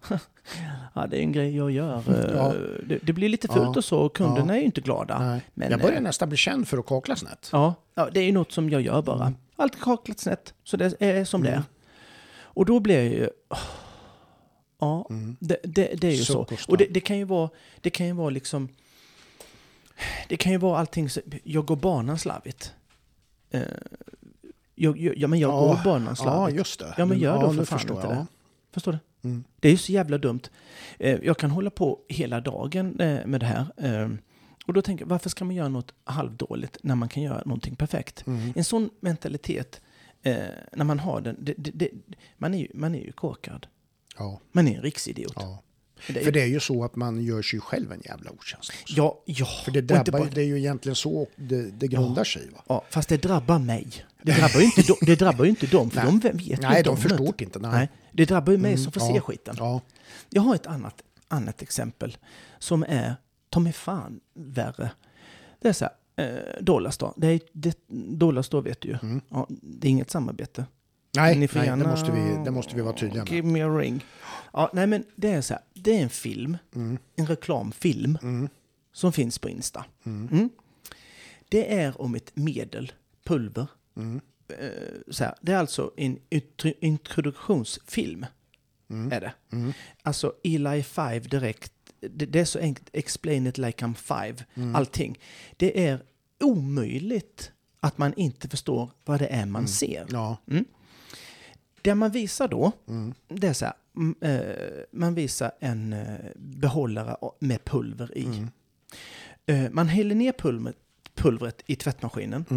Ja, det är en grej jag gör. Ja. Det, det blir lite fult ja. och så. Och kunderna ja. är ju inte glada. Men, jag börjar nästan bli känd för att kakla snett. Ja, ja det är ju något som jag gör bara. Mm. Allt kaklat snett. Så det är som mm. det är. Och då blir jag ju... Ja, mm. det, det, det är ju så. så. Och det, det kan ju vara, det kan ju vara liksom, det kan ju vara allting, så, jag går banan slarvigt. Uh, jag, jag, ja, men jag ja, går banan slarvigt. Ja, just det. Ja, men gör ja, då för fan förstår inte jag. det. Förstår du? Mm. Det är ju så jävla dumt. Uh, jag kan hålla på hela dagen uh, med det här. Uh, och då tänker jag, varför ska man göra något halvdåligt när man kan göra någonting perfekt? Mm. En sån mentalitet, uh, när man har den, det, det, det, man, är ju, man är ju korkad. Ja. Man är en riksidiot. Ja. Det är... För det är ju så att man gör sig själv en jävla otjänst. Ja, ja. För det, drabbar, bara... det är ju egentligen så det, det grundar ja. sig. Va? Ja, fast det drabbar mig. Det drabbar ju inte, de, det drabbar ju inte dem, för nej. de vet nej, inte de förstår det inte. Nej. nej, det drabbar ju mig mm, som får ja, se skiten. Ja. Jag har ett annat, annat exempel som är, ta mig fan värre. Det är så här, eh, Dollarstore. Det är, det, Dollarstore vet du ju. Mm. Ja, det är inget samarbete. Nej, nej gärna, det, måste vi, det måste vi vara tydliga med. Give me a ring. Ja, nej, men det är så här, det är en film, mm. en reklamfilm mm. som finns på Insta. Mm. Mm. Det är om ett medel, pulver. Mm. Uh, så här, det är alltså en introduktionsfilm. Mm. Är det. Mm. Alltså Eli Five direkt. Det, det är så enkelt. Explain it like I'm five. Mm. Allting. Det är omöjligt att man inte förstår vad det är man mm. ser. Ja. Mm. Det man visar då, mm. det är så här, uh, man visar en uh, behållare med pulver i. Mm. Uh, man häller ner pulver, pulvret i tvättmaskinen. Mm.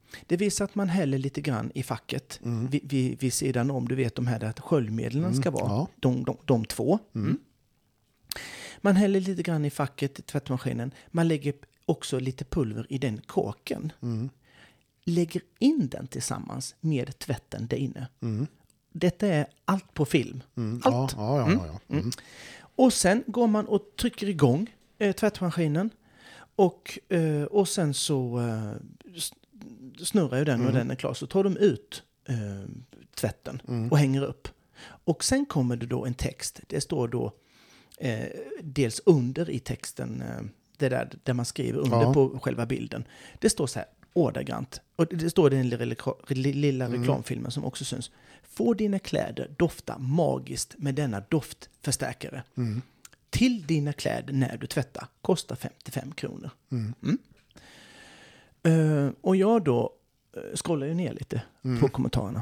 Det visar att man häller lite grann i facket mm. vid, vid, vid sidan om. Du vet de här där att sköljmedlen mm. ska vara. Ja. De, de, de två. Mm. Man häller lite grann i facket i tvättmaskinen. Man lägger också lite pulver i den kåken. Mm. Lägger in den tillsammans med tvätten där inne. Mm. Detta är allt på film. Mm. Allt. Ja, ja, ja, ja. Mm. Mm. Och sen går man och trycker igång eh, tvättmaskinen. Och, eh, och sen så eh, snurrar ju den mm. och den är klar. Så tar de ut eh, tvätten mm. och hänger upp. Och sen kommer det då en text. Det står då eh, dels under i texten, eh, det där, där man skriver under ja. på själva bilden. Det står så här ordagrant. Och det står i den lilla, lilla mm. reklamfilmen som också syns. Få dina kläder dofta magiskt med denna doftförstärkare. Mm. Till dina kläder när du tvättar kostar femtiofem kronor. Mm. Mm. Uh, och jag då uh, scrollar ju ner lite mm. på kommentarerna.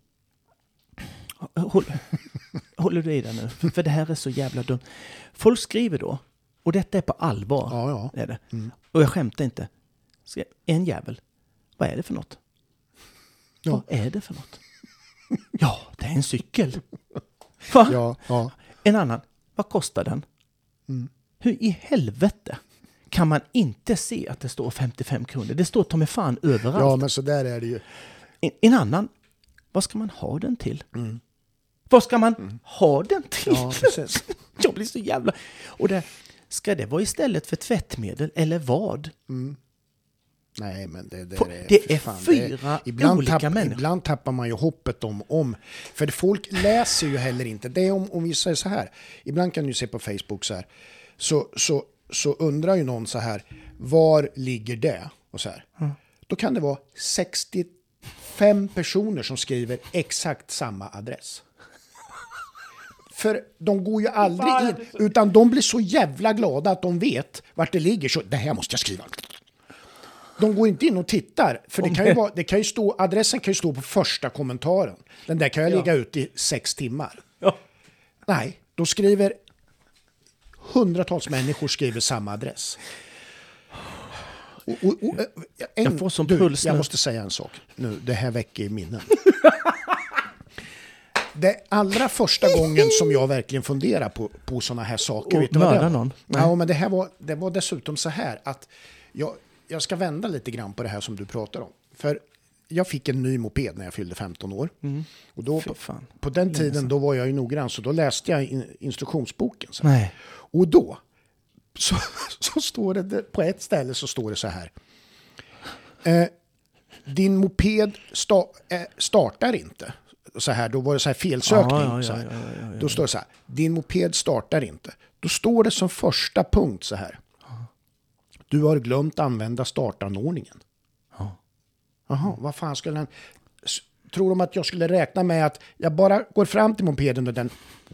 Håller, håller du i det nu? För, för det här är så jävla dumt. Folk skriver då, och detta är på allvar. Ja, ja. Är det. Mm. Och jag skämtar inte. En jävel. Vad är det för något? Ja. Vad är det för något? Ja, det är en cykel. Va? Ja, ja. En annan. Vad kostar den? Mm. Hur i helvete kan man inte se att det står femtiofem kronor? Det står ta mig fan överallt. Ja, men så där är det ju. En, en annan. Vad ska man ha den till? Mm. Vad ska man mm. ha den till? Ja, precis. Jag blir så jävla... Och det, ska det vara istället för tvättmedel eller vad? Mm. Nej, men det, det, är, det är fan, fyra det är, ibland olika tapp, människor. Ibland tappar man ju hoppet om, om... För folk läser ju heller inte. Det är om, om vi säger så här. Ibland kan du se på Facebook så här. Så, så, så undrar ju någon så här. Var ligger det? Och så här. Mm. Då kan det vara sextiofem personer som skriver exakt samma adress. För de går ju aldrig in. Utan de blir så jävla glada att de vet vart det ligger. Så det här måste jag skriva. De går inte in och tittar. För det kan ju vara, det kan ju stå, adressen kan ju stå på första kommentaren. Den där kan jag ja. lägga ut i sex timmar. Ja. Nej, då skriver hundratals människor skriver samma adress. Och, och, och, en, jag får som du, puls jag nu. måste säga en sak. Nu, det här väcker i minnen. Det allra första gången som jag verkligen funderar på, på såna här saker. Och vet du vad det någon? Ja, men det här var, det var dessutom så här att jag, jag ska vända lite grann på det här som du pratar om. För jag fick en ny moped när jag fyllde femton år. Mm. Och då, på, på den tiden då var jag ju noggrann, så då läste jag in, instruktionsboken. Så. Nej. Och då så, så står det, på ett ställe så står det så här. Eh, din moped sta, eh, startar inte. Så här, då var det så här felsökning. Ja, ja, så här. Ja, ja, ja, ja. Då står det så här. Din moped startar inte. Då står det som första punkt så här. Du har glömt använda startanordningen. Ja. Jaha, vad fan skulle han... Tror de att jag skulle räkna med att jag bara går fram till mopeden och den...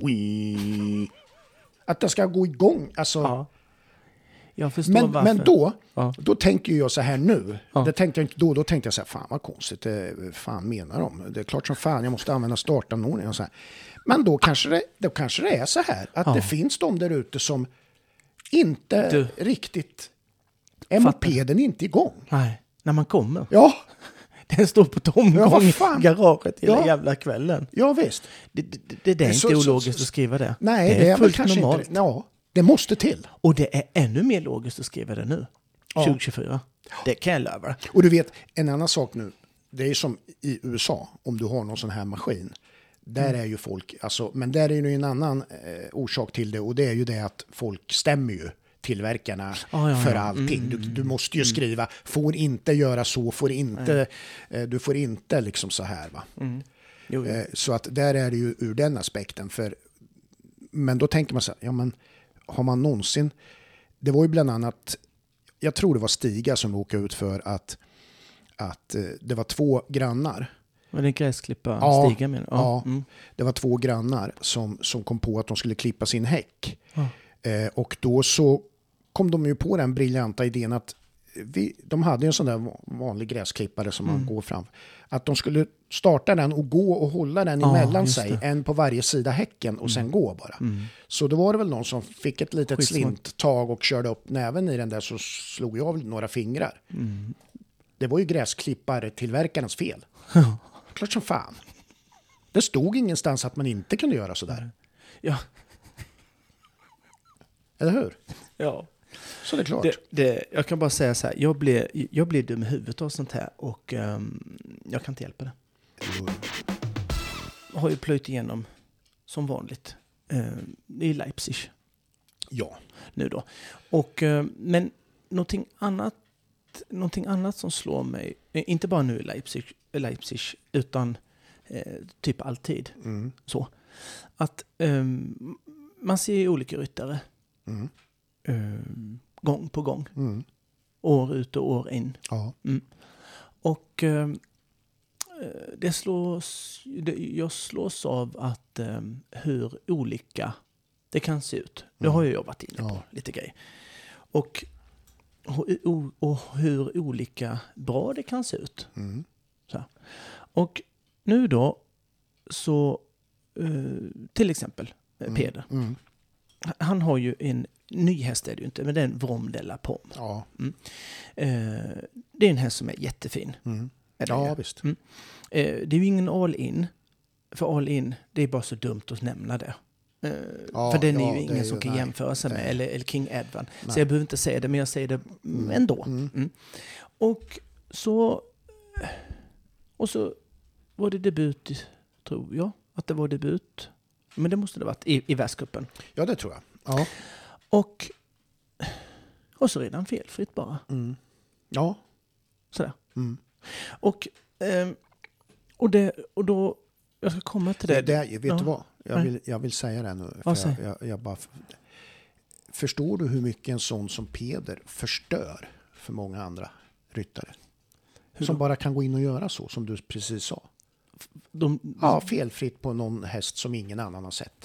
Att den ska gå igång. Alltså... Ja. Jag förstår men, varför. men då, ja. då tänker jag så här nu. Ja. Det tänkte jag inte då. Då tänkte jag så här, fan vad konstigt. Det fan menar de. Det är klart som fan jag måste använda startanordningen och så här. Men då kanske det, då kanske det är så här. Att ja. det finns de där ute som inte du. riktigt... Är mopeden inte igång? Nej, när man kommer. Ja. Den står på tomgång ja, i garaget hela ja. jävla kvällen. Ja, visst. Det, det, det, det är så, inte så, ologiskt så, att skriva det. Nej, det är, det är fullt kanske normalt. Inte, ja, det måste till. Och det är ännu mer logiskt att skriva det nu. Ja. tjugo tjugofyra. Det kan jag lova. Och du vet, en annan sak nu. Det är som i U S A, om du har någon sån här maskin. Där mm. är ju folk, alltså, men där är ju en annan eh, orsak till det. Och det är ju det att folk stämmer ju tillverkarna ah, ja, för ja. allting. Mm, du, du måste ju skriva, får inte göra så, får inte, eh, du får inte liksom så här va. Mm. Jo, jo. Eh, så att där är det ju ur den aspekten. För, men då tänker man så här, ja men har man någonsin, det var ju bland annat, jag tror det var Stiga som råkade ut för att, att eh, det var två grannar. Var det gräsklippa ja, Stiga med? Ja, ja mm. det var två grannar som, som kom på att de skulle klippa sin häck. Ja. Eh, och då så kom de ju på den briljanta idén att vi, de hade en sån där vanlig gräsklippare som mm. man går fram. Att de skulle starta den och gå och hålla den emellan ah, sig. En på varje sida häcken och mm. sen gå bara. Mm. Så då var det väl någon som fick ett litet Skitsmart. slinttag och körde upp näven i den där, så slog jag av några fingrar. Mm. Det var ju gräsklippartillverkarens fel. Klart som fan. Det stod ingenstans att man inte kunde göra sådär. Ja. Eller hur? Ja. Så det är klart. Det, det, jag kan bara säga så här. Jag blir, jag blir dum i huvudet av sånt här. Och um, jag kan inte hjälpa det. Jag har ju plöjt igenom som vanligt. Uh, I Leipzig. Ja. Nu då. Och, uh, men någonting annat, någonting annat som slår mig. Inte bara nu i Leipzig. Leipzig utan eh, typ alltid. Mm. Så. Att um, man ser ju olika ryttare. Mm. Um, gång på gång. Mm. År ut och år in. Ja. Mm. Och um, det slås, det, jag slås av att um, hur olika det kan se ut. Det Mm. har jag jobbat inne på Ja. lite grejer. Och, och, och hur olika bra det kan se ut. Mm. Så. Och nu då så uh, till exempel Mm. Peder. Mm. Han har ju en ny häst är det ju inte, men det är en Vom de la Pomme. Ja. Mm. Uh, det är en häst som är jättefin. Mm. Är det Ja, ju? visst. Mm. Uh, det är ju ingen all-in. För all-in, det är bara så dumt att nämna det. Uh, Ja, för den är ja, ju det ingen är som ju- kan nej, jämföra sig det- med. Eller, eller King Edward. Nej. Så jag behöver inte säga det, men jag säger det mm. ändå. Mm. Mm. Och så och så var det debut, tror jag. Att det var debut. Men det måste det ha varit i, i världscupen. Ja, det tror jag. Ja. Och, och så redan felfritt bara. Mm. Ja. Sådär. Mm. Och, ehm, och, det, och då, jag ska komma till det. Det, det, vet Ja. du vad? Jag Nej. vill, jag vill säga det nu. För Vad jag, säger? jag, jag bara, förstår du hur mycket en sån som Peder förstör för många andra ryttare? Hur Som då? bara kan gå in och göra så, som du precis sa. De, Ja, felfritt på någon häst som ingen annan har sett.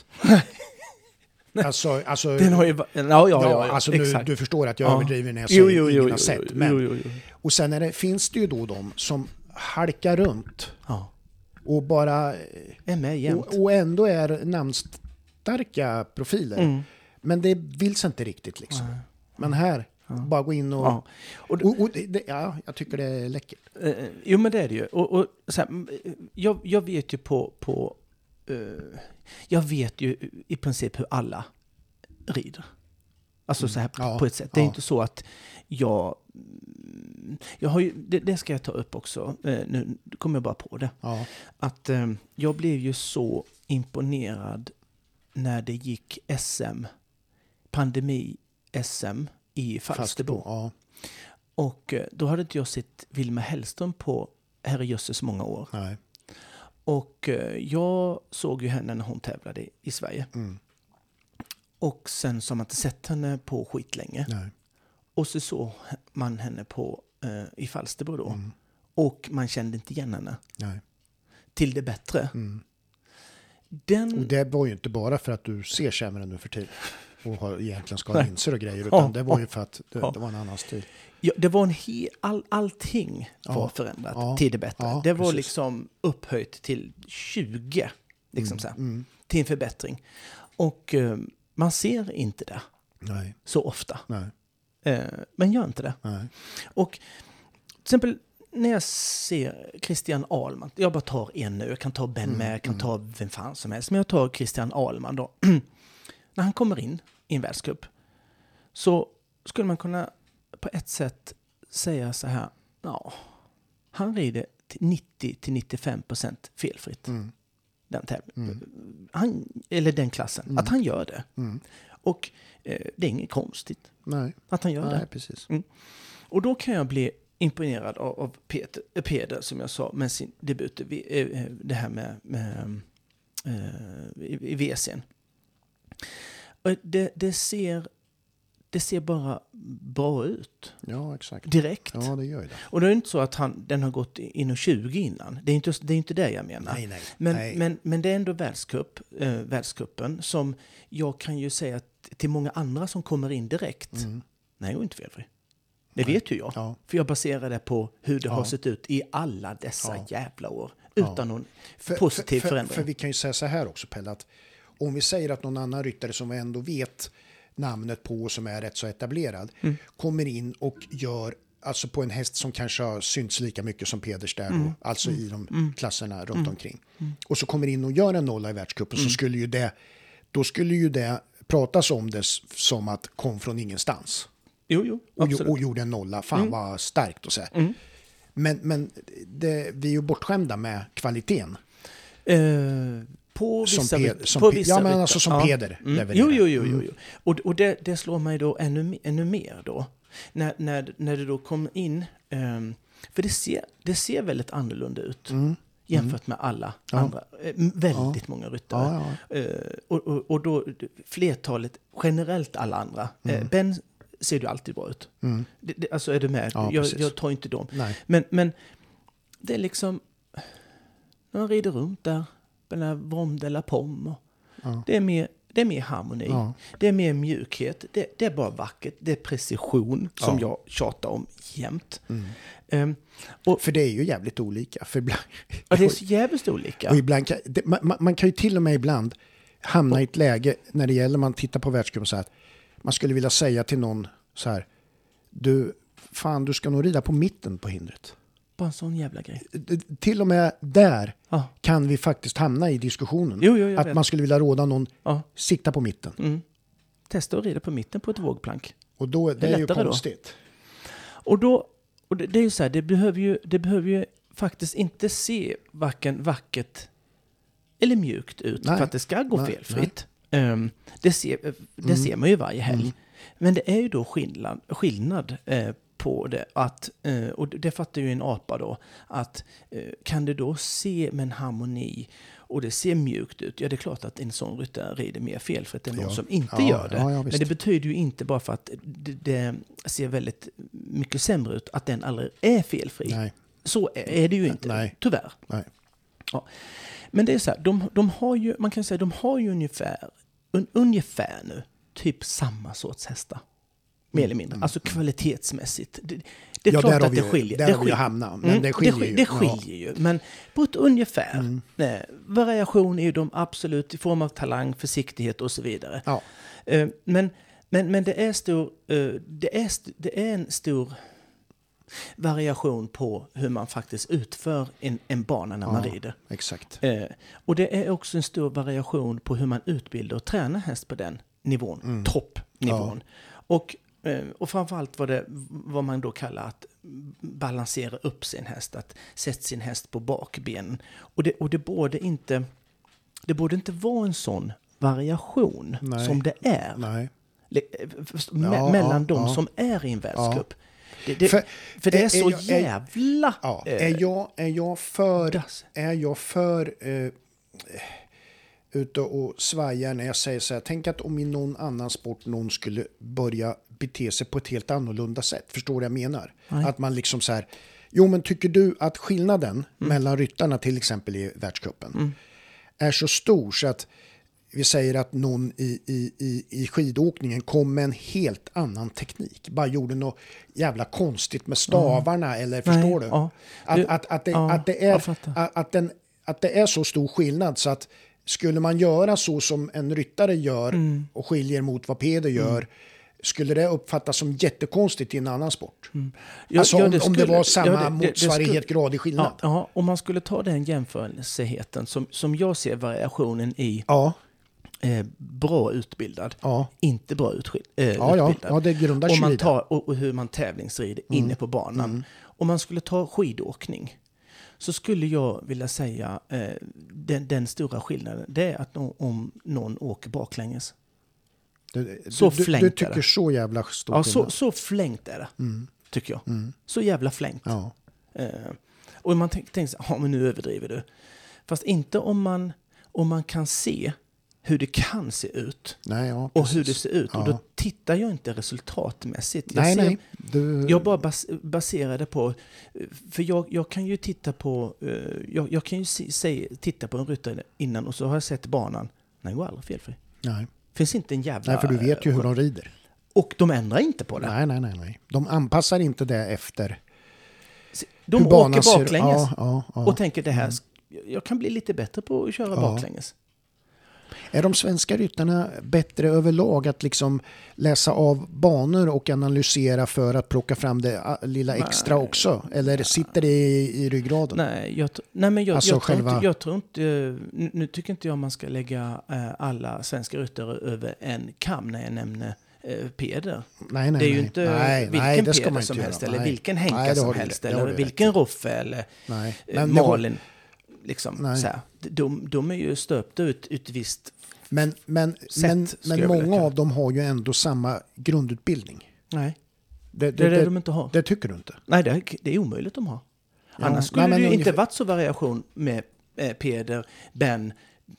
alltså, alltså, den har ju, va- ja, ja, ja, ja, alltså nu, exakt. du förstår att jag Ja. överdriver när jag Jo, säger jo, ingen jo, har jo, sett. jo, Men, jo, jo, jo. Och sen är det, finns det ju då de som halkar runt Ja, och bara är med jämt. och, och ändå är namnstarka profiler. Mm. Men det vill sig inte riktigt liksom. Nej. Men här, Ja. bara gå in och... Ja. Och, och, och det, det, ja, jag tycker det är läckert. Eh, jo, men det är det ju. Och, och, så här, m- jag, jag vet ju på... på eh, jag vet ju i princip hur alla rider. Alltså så här på, Ja, på ett sätt. Det är ja. inte så att jag... jag har ju, det, det ska jag ta upp också. Eh, nu kommer jag bara på det. Ja. Att eh, jag blev ju så imponerad när det gick S M, pandemi-S M i Falsterbo. Ja, Och eh, då hade inte jag sett Vilma Hellström på herrejösses många år. nej. Och eh, jag såg ju henne när hon tävlade i, i Sverige. Mm, Och sen så har man inte sett henne på skitlänge. nej. Och så såg man henne på eh, i Falsterbo då. Mm, Och man kände inte igen henne. nej. Till det bättre. Mm. Den... Och det var ju inte bara för att du ser sämre nu för tid och har egentligen ska ha Nej. linser och grejer, utan Ja, det var ju ja, för att det, ja. det var en annan stil. Ja, det var en he- all, allting var Ja, förändrat ja, till det bättre. ja, det var precis. liksom upphöjt till tjugo. Liksom Mm, så här, mm, till en förbättring. Och eh, man ser inte det nej, så ofta. nej, Eh, men gör inte det. nej. Och till exempel när jag ser Christian Ahlman. Jag bara tar en nu. Jag kan ta Ben Mm, med. Jag kan mm. ta vem fan som helst. Men jag tar Christian Ahlman då. När han kommer in i en världscup så skulle man kunna på ett sätt säga så här. Ja, han rider till nittio till nittiofem procent felfritt. Mm, Den tävlingen. mm, Han, eller den klassen. Mm. Att han gör det. mm. Och eh, det är inget konstigt Nej, att han gör det. nej, precis. Och då kan jag bli imponerad av, av Peter, eh, Peder, som jag sa, med sin debut. Vi- eh, eh, Det här med, med eh, i, i V S:n. Och det, det, ser, det ser bara bra ut. Ja, exakt. Direkt. Ja, det gör ju det. Och det är inte så att han, den har gått in och tjugo innan. Det är inte det, är inte det jag menar. Nej, nej. Men, nej. men, men det är ändå världscup, eh, världscupen som jag kan ju säga till många andra som kommer in direkt. Mm. Nej, jag är inte felfri. Det Nej. vet ju jag. Ja. För jag baserar det på hur det Ja. har sett ut i alla dessa Ja. jävla år. Ja. Utan någon För, positiv för, för, förändring. för vi kan ju säga så här också, Pelle, att om vi säger att någon annan ryttare som vi ändå vet namnet på och som är rätt så etablerad Mm. kommer in och gör alltså på en häst som kanske har synts lika mycket som Peders där Mm. då, alltså Mm. i de Mm. klasserna runt Mm. omkring. Mm. Och så kommer in och gör en nolla i världscupen Mm. så skulle ju det, då skulle ju det pratas om det som att kom från ingenstans. Jo, jo, Och, absolut. och gjorde en nolla. Fan Mm. vad starkt att säga. Mm. Men, men det, vi är ju bortskämda med kvaliteten. Eh, på Som vissa, Pe- ryt- som på Pe- vissa ja, men ryttar. alltså som Peder Mm. levererar. Jo, jo, jo, jo, Mm. jo. Och, och det, det slår mig då ännu, ännu mer då. När, när, när det då kom in, ehm, för det ser, det ser väldigt annorlunda ut Mm. jämfört med alla Ja. andra, eh, väldigt Ja. många ryttare. Ja, ja. Eh, och, och, och då flertalet, generellt alla andra. Mm. Eh, Ben ser ju alltid bra ut. Mm. Det, det, alltså är du med? Ja, jag, precis. jag tar inte dem. Nej. Men, men det är liksom, när man rider runt där, den där Vom de la Pomme, Ja. det är mer, det är mer harmoni, Ja. det är mer mjukhet, det, det är bara vackert, det är precision som Ja. jag tjatar om jämt. Mm. Um, och, För det är ju jävligt olika. För ibland, och det är så jävligt olika. och ibland kan, det, man, man kan ju till och med ibland hamna i ett läge när det gäller man tittar på världscupen så här att man skulle vilja säga till någon så här, du, fan du ska nog rida på mitten på hindret. Bara en sån jävla grej. Det- Till och med där Ja. kan vi faktiskt hamna i diskussionen. Jo, jo, jag att vet. man skulle vilja råda någon, Ja. sikta på mitten. Mm. Testa att rida på mitten på ett vågplank. Och då, det, är ju lättare då. konstigt. Och då, och det, det är ju så här, det behöver ju, det behöver ju faktiskt inte se varken vackert eller mjukt ut Nej. för att det ska gå Nej, felfritt. Um, det ser, det Mm. ser man ju varje helg. Mm. Men det är ju då skillnad, skillnad eh, på det. Att, eh, och det fattar ju en apa då. Att eh, kan det då se med en harmoni och det ser mjukt ut. Ja, det är klart att en sån ryttare rider mer felfritt än någon Ja. som inte Ja, gör det. ja, ja, Men visst. det betyder ju inte bara för att det, det ser väldigt mycket sämre ut att den aldrig är felfri. Nej. Så är är det ju inte, Nej. tyvärr. Nej. Ja. Men det är så här, de, de har ju, man kan säga, de har ju ungefär, un, ungefär nu, typ samma sorts hästar. Mer eller mindre. Mm. Alltså kvalitetsmässigt. Det, det är Ja, klart där har att vi det ju- skiljer. där det har vi ju skiljer. hamnat, men Mm, det skiljer det, ju. Det Ja. skiljer ju. Men på ett ungefär. Mm. Nej, variation är ju de absolut i form av talang, försiktighet och så vidare. Ja. Eh, Men, men, men det är stor, eh, det är, st- det är en stor variation på hur man faktiskt utför en, en bana när man Ja. rider. Exakt. Eh, och det är också en stor variation på hur man utbildar och tränar häst på den nivån, Mm. toppnivån. Och, eh, och framförallt vad, det, vad man då kallar att balansera upp sin häst, att sätta sin häst på bakbenen. Och det, och det borde inte, det borde inte vara en sån variation Nej. som det är. Nej. Le- först- me- Ja, mellan ja, de ja. som är i en världscup. Det, det, För- för, det är, är- så är jag- är- jävla... Ja. eh, Är, jag, är jag för, dass. är jag för eh, ute och svajar när jag säger så här, tänk att om i någon annan sport någon skulle börja bete sig på ett helt annorlunda sätt. Förstår du vad jag menar? Nej. Att man liksom så här, jo men tycker du att skillnaden mellan ryttarna till exempel i världscupen Mm. är så stor så att vi säger att någon i, i, i, i skidåkningen kom med en helt annan teknik. Bara gjorde något jävla konstigt med stavarna eller förstår Nej, du? ja. Att, Du- att, att, det, ja, att, det jag är, fattar. att, att, den, att det är så stor skillnad så att skulle man göra så som en ryttare gör Mm. och skiljer mot vad Peder gör skulle det uppfattas som jättekonstigt i en annan sport. Ja, Alltså ja, om, det om det skulle- var samma ja, det- det- det motsvarighet skulle- gradig skillnad. Ja, ja, om man skulle ta den jämförelseheten som, som jag ser variationen i Ja, eh, bra utbildad, ja, inte bra utskil, eh, ja, ja, utbildad. ja, det grundar och, sig man i det. tar, och, och hur man tävlingsrider inne på banan. Om man skulle ta skidåkning så skulle jag vilja säga eh, den, den stora skillnaden det är att no, om någon åker baklänges. Du, Så du, du, flängt du är tycker det. så jävla stor Ja, så, skillnad. så flängt är det, Mm. tycker jag. Mm. Så jävla flängt. Ja. Eh, och man tänker tänk så här, ja men nu överdriver du. Fast inte om man, om man kan se hur det kan se ut Nej, ja, och precis. hur det ser ut. Och Ja. då tittar jag inte resultatmässigt. Jag, Nej, ser, nej. Du, jag bara bas, baserar det på, för jag, jag kan ju titta på, eh, jag, jag kan ju se, se, titta på en ryttare innan och så har jag sett banan. Nej, går aldrig felfri. nej. Finns inte en jävla... nej, för du vet ju hur de rider. Och de ändrar inte på det. Nej, nej, nej, nej. De anpassar inte det efter De hur banan åker ser- baklänges Ja, ja, ja. och tänker det här, jag kan bli lite bättre på att köra Ja. baklänges. Är de svenska ryttarna bättre överlag att liksom läsa av banor och analysera för att plocka fram det lilla extra nej, också? Eller sitter det i, i ryggraden? Nej, jag, nej men jag, alltså jag, själva... tror inte, jag tror inte... Nu, nu tycker inte jag man ska lägga äh, alla svenska ryttare över en kam när jag nämner äh, Peder. Nej, nej, det är ju nej. inte nej, vilken nej, Peder som helst, göra. eller nej. vilken Henka nej, som helst, det, eller vilken Roffe, eller nej. Men Malin. Liksom, så här. De, de är ju stöpta ut ett visst Men, men, sätt, men, men många av dem har ju ändå samma grundutbildning. Nej, det, det, det är det, det de inte har. Det tycker du inte? Nej, det är, det är omöjligt de har. Ja, annars skulle nej, det ju ungefär... inte varit så variation med eh, Peder, Ben,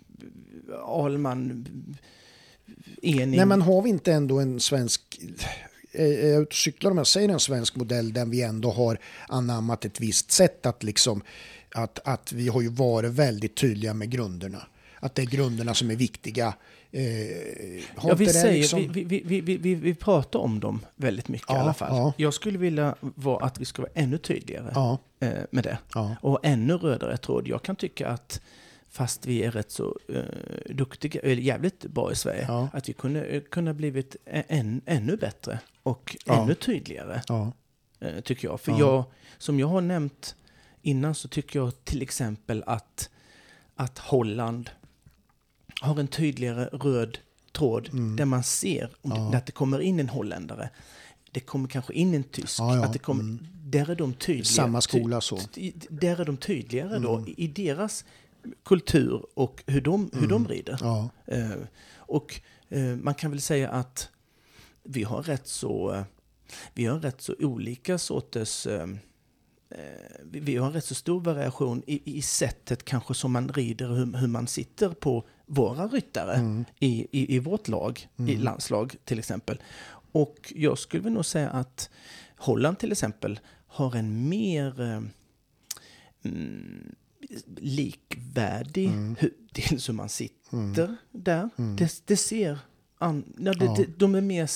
Ahlman, Ening. Nej, men har vi inte ändå en svensk... Jag cyklar om jag säger en svensk modell där vi ändå har anammat ett visst sätt att liksom... Att, att vi har ju varit väldigt tydliga med grunderna. Att det är grunderna som är viktiga. Eh, ja, vi, säger, liksom... vi, vi, vi, vi, vi, vi pratar om dem väldigt mycket ja, i alla fall. Ja. Jag skulle vilja vara att vi ska vara ännu tydligare ja. eh, med det. Ja. Och ännu rödare tråd. Jag kan tycka att fast vi är rätt så eh, duktiga, eller jävligt bra i Sverige, ja. att vi kunde, kunde blivit än, ännu bättre och ja. ännu tydligare. Ja. Eh, tycker jag. För ja. jag, som jag har nämnt innan, så tycker jag till exempel att, att Holland har en tydligare röd tråd mm. där man ser om ja. det, att det kommer in en holländare. Det kommer kanske in en tysk. Ja, ja. Att det kommer, mm. Där är de tydliga. Samma skola så. Ty, där är de tydligare mm. då i deras kultur och hur de, hur mm. de rider. Ja. Uh, och uh, man kan väl säga att vi har rätt så, uh, vi har rätt så olika sorters... Uh, vi har rätt så stor variation i, i sättet kanske som man rider, hur, hur man sitter på våra ryttare mm. i, i, i vårt lag, mm. i landslag till exempel. Och jag skulle väl nog säga att Holland till exempel har en mer eh, mm, likvärdig mm. hur, dels hur man sitter mm. där. Mm. Det, det ser an, ja, det, ja. Det, de är mer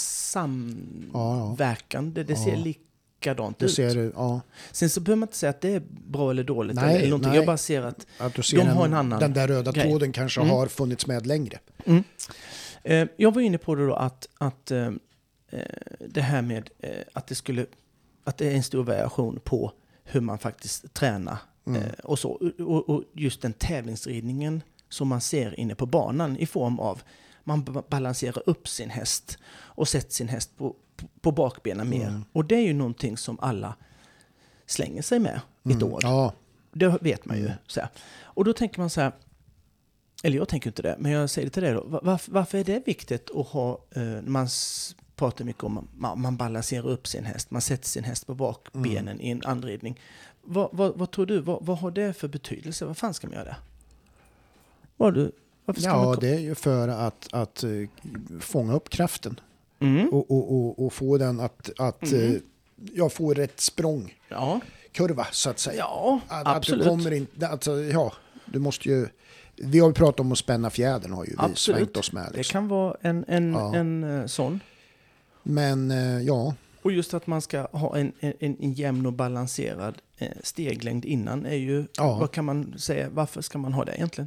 samverkande, det ser ja. likadant det ut. Ser, ja. Sen så behöver man inte säga att det är bra eller dåligt nej, eller någonting. Nej. Jag bara ser att, att du ser de en, har en annan den där röda grej. Tråden kanske mm. har funnits med längre. Mm. Eh, jag var inne på det då att, att eh, det här med eh, att det skulle att det är en stor variation på hur man faktiskt tränar mm. eh, och så. Och, och just den tävlingsridningen som man ser inne på banan i form av man b- balanserar upp sin häst och sätter sin häst på, på, på bakbenen mer. Mm. Och det är ju någonting som alla slänger sig med mm. ett år. Ja. Det vet man ju. Mm. Så här. Och då tänker man så här, eller jag tänker inte det, men jag säger det till dig då. Varför, varför är det viktigt att ha, eh, man pratar mycket om man, man balanserar upp sin häst, man sätter sin häst på bakbenen mm. i en anridning. Vad, vad, vad tror du, vad, vad har det för betydelse? Vad fan ska man göra det? Vad du, varför ska ja, man... det är ju för att, att uh, fånga upp kraften mm. och, och, och, och få den att, att mm. uh, jag får rätt språng. Ja. Kurva så att säga. Ja, att, absolut. Att du kommer in, alltså, ja, du måste ju, vi har ju pratat om att spänna fjädern, har ju vi svängt oss med. Liksom. Det kan vara en, en, ja. en, en sån. Men uh, ja. Och just att man ska ha en, en, en jämn och balanserad eh, steglängd innan är ju, ja. vad kan man säga, varför ska man ha det egentligen?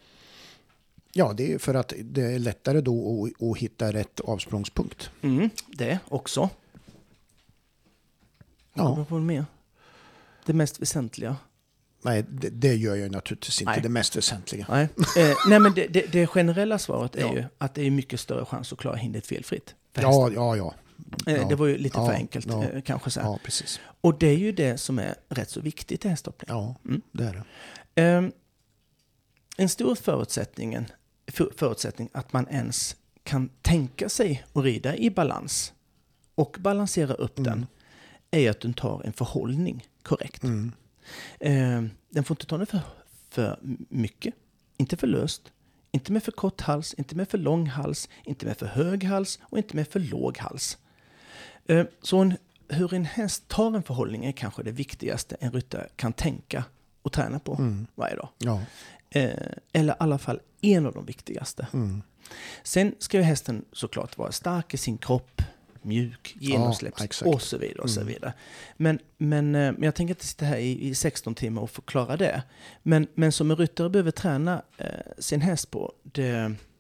Ja, det är för att det är lättare då att, att hitta rätt avsprångspunkt. Mm, det också. Ja. Vad mer? Det mest väsentliga. Nej, det, det gör jag naturligtvis inte. Nej. Det mest väsentliga. Nej, eh, nej men det, det, det generella svaret är ja. ju att det är mycket större chans att klara hindret felfritt. Ja, ja, ja. Eh, ja. Det var ju lite ja, för enkelt ja, eh, kanske så här. Ja, precis. Och det är ju det som är rätt så viktigt i hästhoppning. Ja, mm. det är det. Eh, en stor förutsättning, för, förutsättning att man ens kan tänka sig att rida i balans och balansera upp mm. den är att den tar en förhållning korrekt. Mm. Eh, den får inte ta den för, för mycket, inte för löst, inte med för kort hals, inte med för lång hals, inte med för hög hals och inte med för låg hals. Eh, så en, hur en häst tar en förhållning är kanske det viktigaste en ryttare kan tänka och träna på mm. varje dag. Ja. Eh, eller i alla fall en av de viktigaste. Mm. Sen ska ju hästen såklart vara stark i sin kropp, mjuk, genomsläpps ja, och så vidare. Och så vidare. Mm. Men, men, men jag tänker inte sitta här i, i sexton timmar och förklara det. Men, men som en ryttare behöver träna eh, sin häst på, det,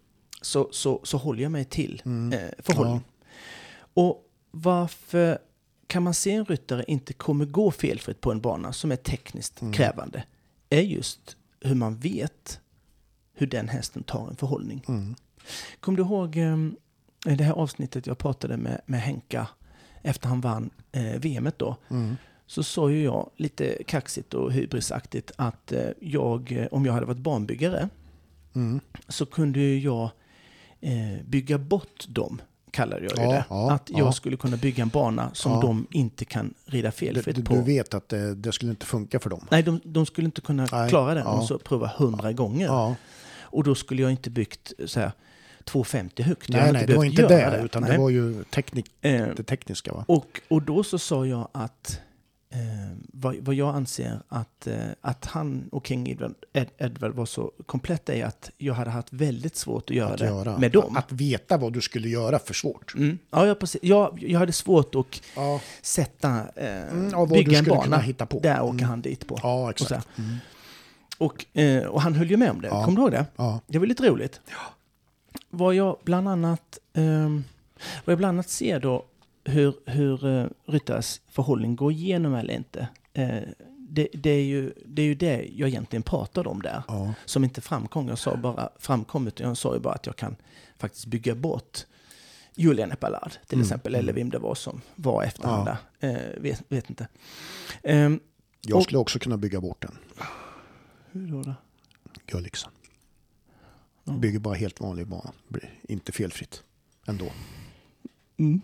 så, så, så håller jag mig till mm. eh, förhållning. Ja. Och varför kan man se en ryttare inte kommer gå felfritt på en bana som är tekniskt mm. krävande är just hur man vet hur den hästen tar en förhållning. Mm. Kommer du ihåg eh, det här avsnittet jag pratade med, med Henka efter han vann eh, V M-et då? Mm. Så sa ju jag lite kaxigt och hybrisaktigt att eh, jag, om jag hade varit banbyggare mm. så kunde jag eh, bygga bort dem, kallar jag ju ja, det. Ja, att jag ja. skulle kunna bygga en bana som ja. de inte kan rida felfritt på. Du vet att det, det skulle inte funka för dem. Nej, de, de skulle inte kunna Nej. klara det. De måste prova hundra gånger. Ja. Och då skulle jag inte byggt så här tvåhundrafemtio högt. Nej, nej, det var inte det, det, utan nej. det var ju teknik, eh, det tekniska. Va? Och, och då så sa jag att Eh, vad, vad jag anser att, eh, att han och King Edward, Ed, Edward var så kompletta är att jag hade haft väldigt svårt att göra att det göra. med dem. Att veta vad du skulle göra för svårt. Mm. Ja, jag, precis. Jag, jag hade svårt att ja. sätta, eh, mm, ja, bygga en bana hitta på. Där åker mm. han dit på. Ja, exakt. Och, mm. och, eh, och han höll ju med om det. Ja. Kommer du ihåg det? Ja. Det var lite roligt. Ja. Vad jag bland annat, eh, vad jag bland annat ser då hur, hur uh, ryttares förhållning går igenom eller inte. Uh, det, det, är ju, det är ju det jag egentligen pratade om där. Ja. Som inte framkom. Jag sa bara framkommit. Jag sa ju bara att jag kan faktiskt bygga bort Julian Epalard till mm. exempel. Eller vem det var som var efter ja. han där. Uh, vet, vet inte. Um, jag skulle och, också kunna bygga bort den. Hur då? då? Gulliksen. Ja. Bygger bara helt vanlig bana. Blir inte felfritt ändå. Mm.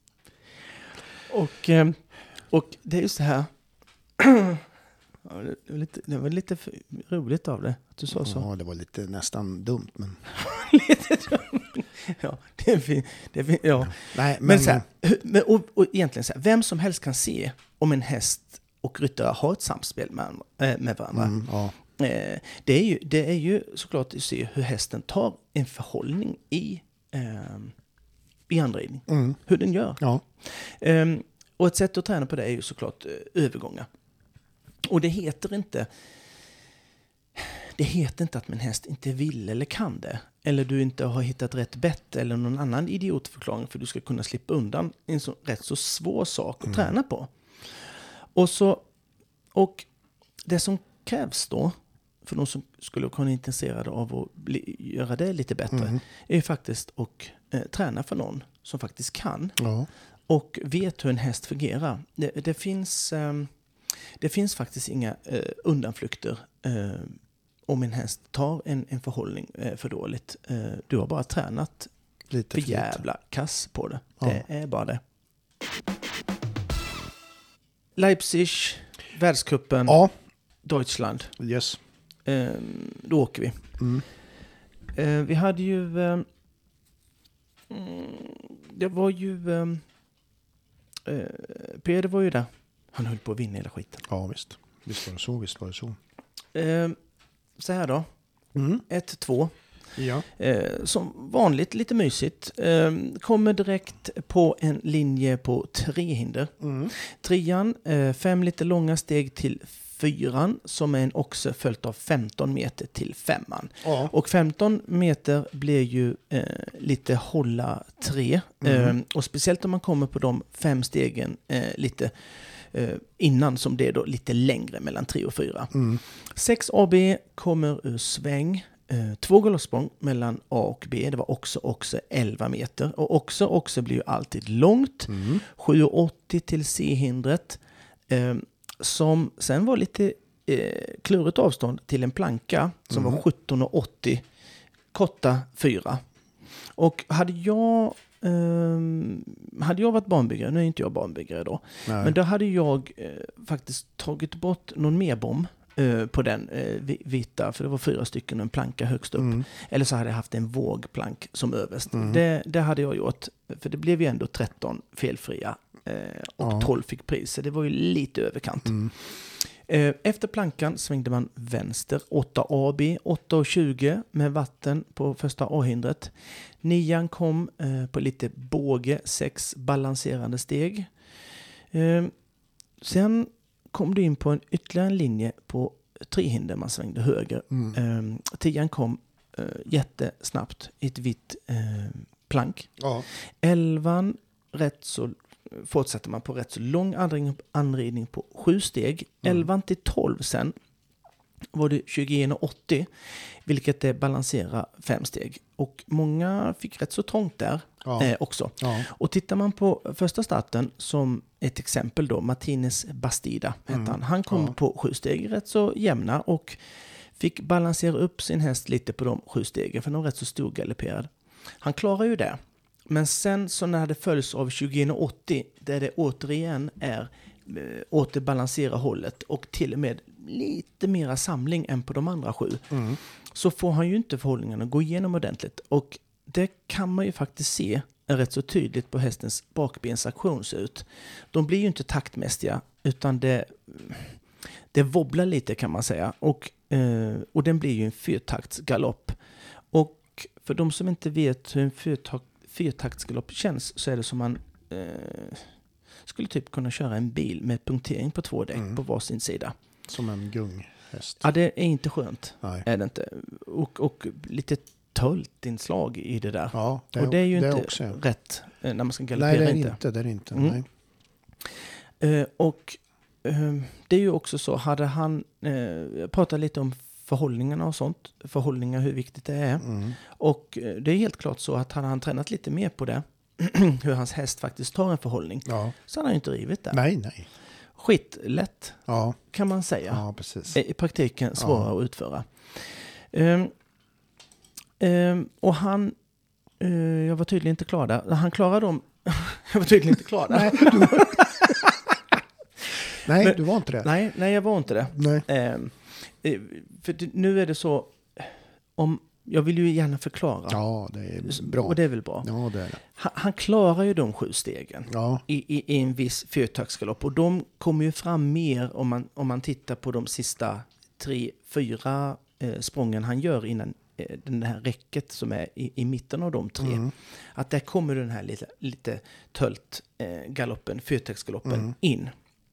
Och, och det är ju så här. det, var lite, det var lite roligt av det att du sa så. Ja, det var lite nästan dumt. Men... lite dumt. Ja, det är fint. Det är fint. Ja. Nej, men... men så här, och, och egentligen så här, vem som helst kan se om en häst och ryttare har ett samspel med, med varandra. Mm, ja. det, är ju, det är ju såklart att se hur hästen tar en förhållning i eh, i handridning. Mm. Hur den gör. Ja. Um, och ett sätt att träna på det är ju såklart uh, övergångar. Och det heter inte det heter inte att min häst inte vill eller kan det. Eller du inte har hittat rätt bett eller någon annan idiotförklaring för att du ska kunna slippa undan en så, rätt så svår sak att mm. träna på. Och, så, och det som krävs då för de som skulle kunna vara intresserade av att bli, göra det lite bättre mm. är faktiskt att eh, träna för någon som faktiskt kan ja. och vet hur en häst fungerar. Det, det, finns, eh, det finns faktiskt inga eh, undanflykter eh, om en häst tar en, en förhållning eh, för dåligt. Eh, du har bara tränat lite för jävla lite. kass på det. Ja. Det är bara det. Leipzig, världscupen, ja. Deutschland. Yes. Eh, då åker vi. Mm. Eh, vi hade ju... Eh, det var ju... Eh, eh, Peder var ju där. Han höll på att vinna hela skiten. Ja, visst. Visst var det så, visst var det så. Eh, så här då. Mm. ett två. Ja. Eh, som vanligt lite mysigt. Eh, kommer direkt på en linje på tre hinder. Mm. Trean, eh, fem lite långa steg till fyran som är en oxe följt av femton meter till femman. Ja. Och femton meter blir ju eh, lite hålla tre. Mm. Eh, och speciellt om man kommer på de fem stegen eh, lite eh, innan som det är då lite längre mellan tre och fyra. Mm. sex A B kommer ur sväng. Eh, två galoppsprång mellan A och B. Det var också också elva meter. Och också också blir ju alltid långt. Mm. sju åttio till C-hindret. Eh, som sen var lite eh, klurigt avstånd till en planka som mm. var sjutton åttio. Korta fyra. Och hade jag eh, hade jag varit barnbyggare, nu är inte jag barnbyggare då. Nej. Men då hade jag eh, faktiskt tagit bort någon mer bom på den eh, vita, för det var fyra stycken och en planka högst upp. Mm. Eller så hade jag haft en vågplank som överst. Mm. Det, det hade jag gjort, för det blev ju ändå tretton felfria eh, och ja. tolv fick pris, så det var ju lite överkant. Mm. Eh, efter plankan svängde man vänster, åtta A B, åtta tjugo med vatten på första A-hindret. Nian kom eh, på lite båge, sex balanserande steg. Eh, sen kom du in på en ytterligare en linje på tre hinder, man svängde höger. Mm. Um, tian kom eh, jättesnabbt i ett vitt eh, plank. Ja. Elvan, rätt så fortsätter man på rätt så lång anridning, anridning på sju steg. Mm. elva till tolv sen var det tjugoen åttio, vilket är balansera fem steg. Och många fick rätt så trångt där Ja. eh, också. Ja. Och tittar man på första starten som ett exempel då, Martinez Bastida hette Mm. han. Han kom Ja. på sju steg rätt så jämna och fick balansera upp sin häst lite på de sju stegen för de var rätt så stor galopperad. Han klarar ju det. Men sen så när det följs av tjugoen åttio där det återigen är eh, återbalansera hållet och till och med lite mera samling än på de andra sju. Mm. Så får han ju inte förhållningarna gå igenom ordentligt. Och det kan man ju faktiskt se rätt så tydligt på hästens bakbens aktion ser ut. De blir ju inte taktmässiga utan det, det wobblar lite kan man säga. Och, eh, och den blir ju en fyrtaktsgalopp. Och för de som inte vet hur en fyrtakt, fyrtaktsgalopp känns så är det som man eh, skulle typ kunna köra en bil med punktering på två däck Mm. på varsin sida. Som en gunghäst. Ja, det är inte skönt. Nej. Är det inte. Och, och lite tölt inslag i det där. Ja, det och det är ju det inte också. rätt eh, när man ska galoppera. Nej, det är inte. inte. Det är inte. Mm. Nej. Eh, och eh, det är ju också så, hade han eh, pratat lite om förhållningarna och sånt. Förhållningar, hur viktigt det är. Mm. Och eh, det är helt klart så att hade han tränat lite mer på det, hur hans häst faktiskt tar en förhållning, Ja. så hade han ju inte rivit det. Nej, nej. Skitlätt Ja, kan man säga. ja precis. I praktiken svårare ja. att utföra. Um, um, och han, uh, jag var tydligen inte klar där. Han klarade dem, jag var tydligen inte klar där. Nej, du, nej Men, du var inte det. Nej, nej, jag var inte det. Nej. Um, uh, för det, nu är det så, om, jag vill ju gärna förklara. Ja, det är bra. Och det är väl bra. Ja, det är det. Han, han klarar ju de sju stegen Ja. i, i, i en viss fyrtaktsgalopp. Och de kommer ju fram mer om man, om man tittar på de sista tre, fyra eh, sprången han gör innan eh, den här räcket som är i, i mitten av de tre. Mm. Att där kommer den här lite, lite tölt eh, galoppen, fyrtaktsgaloppen Mm. in.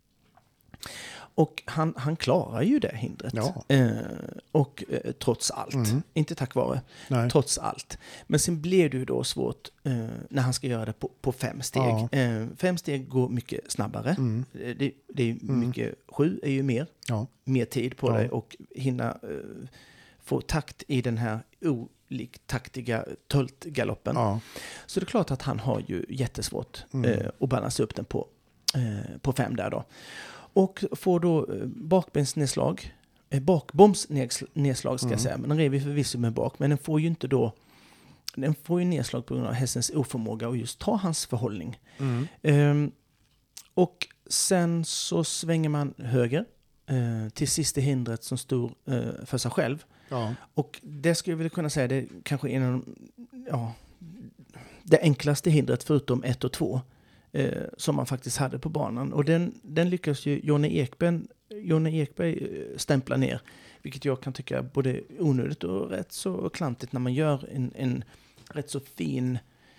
Och han, han klarar ju det hindret. Ja. Eh, och eh, trots allt. Mm. Inte tack vare. Nej. Trots allt. Men sen blir det ju då svårt eh, när han ska göra det på, på fem steg. Ja. Eh, fem steg går mycket snabbare. Mm. Eh, Det, det är Mm. mycket, sju är ju mer. Ja. Mer tid på Ja. dig och hinna eh, få takt i den här oliktaktiga töltgaloppen. Ja. Så det är klart att han har ju jättesvårt Mm. eh, att balansera upp den på, eh, på fem där då. Och får då eh, bakbensnedslag, eh, bakbomsnedslag ska Mm. jag säga, men den rev ju förvisso med bak, men den får ju inte då, den får ju nedslag på grund av hästens oförmåga och just ta hans förhållning. Mm. Ehm, och sen så svänger man höger eh, till sista hindret som stod eh, för sig själv. Ja. Och det skulle jag vilja kunna säga, det är kanske en av de, ja, det enklaste hindret förutom ett och två eh, som man faktiskt hade på banan. Och den, den lyckas ju Jonny Ekberg, Jonny Ekberg eh, stämpla ner, vilket jag kan tycka är både onödigt och rätt så klantigt när man gör en, en rätt så fin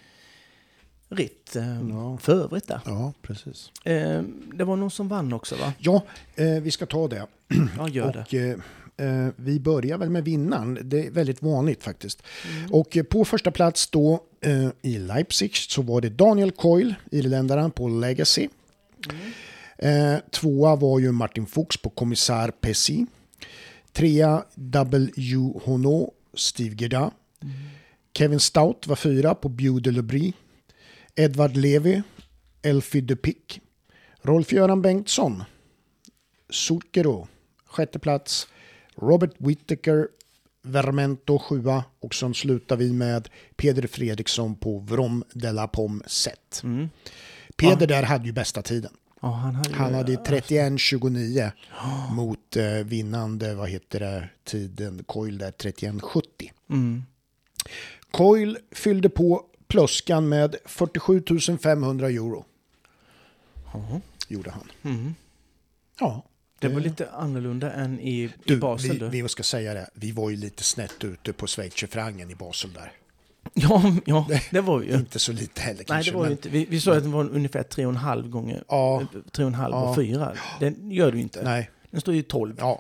ritt eh, Ja. för övrigt där. Ja, precis. Eh, det var någon som vann också, va? Ja, eh, vi ska ta det. Ja, gör det. Och eh, eh, vi börjar väl med vinnaren. Det är väldigt vanligt faktiskt. Mm. Och eh, på första plats då eh, i Leipzig så var det Daniel Coyle, irländaren på Legacy. Mm. Eh, tvåa var ju Martin Fuchs på Kommissar Pessi. Trea W. Hono, Steve Gerda. Mm. Kevin Stout var fyra på Beau de Lebris. Edvard Levi, Elfie de Pick. Rolf-Göran Bengtsson, Surkero, sjätte plats. Robert Whittaker, Vermento, sjua. Och så slutar vi med Peder Fredriksson på Vrom de la Pomme set. Mm. Peder Ja. där hade ju bästa tiden. Ja, han hade, Han hade trettioett tjugonio mot eh, vinnande, vad heter det, tiden Coyle där trettioett sjuttio. Mm. Coyle fyllde på pluskan med fyrtiosju tusen femhundra euro. Ja. Gjorde han. Mm. Ja. Det var lite annorlunda än i, Du, i Basel. vi, Vi, vi ska säga det. Vi var ju lite snett ute på schweizerfrancen i Basel där. ja, ja, det var vi ju. Inte så lite heller Nej, kanske. det var men, ju inte. Vi, vi sa att det var ungefär tre och en halv gånger Ja. tre och en halv Ja. och fyra. Den gör du inte. Nej. Den står ju tolv. Ja.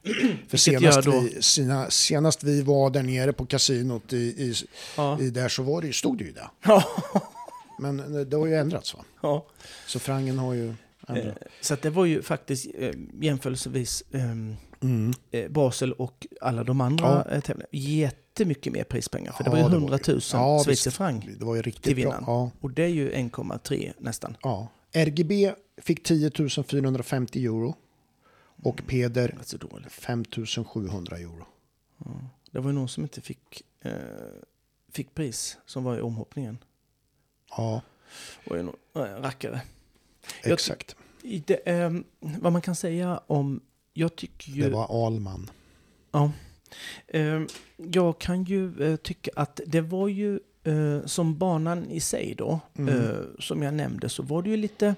För senast vi, sina, senast vi var där nere på kasinot i, i, ja. i där så var det ju, stod det ju där. Ja. Men det har ju ändrats va? Ja. Så frangen har ju ändrat. Eh, så att det var ju faktiskt eh, jämförelsevis eh, mm. eh, Basel och alla de andra ja. tävlingarna jättemycket mer prispengar. För det ja, var ju hundratusen ja, schweizerfranc det var ju riktigt till vinnaren. Ja. Och det är ju en komma tre nästan. Ja. R G B fick tio tusen fyrahundrafemtio euro. Och Peder fem tusen sjuhundra euro. Ja. Det var ju någon som inte fick, eh, fick pris som var i omhoppningen. Ja. Och en äh, rackare. Exakt. Jag, det, eh, vad man kan säga om... Jag tycker ju, det var Alman. Ja. Eh, jag kan ju eh, tycka att det var ju eh, som banan i sig då. Mm. Eh, som jag nämnde så var det ju lite...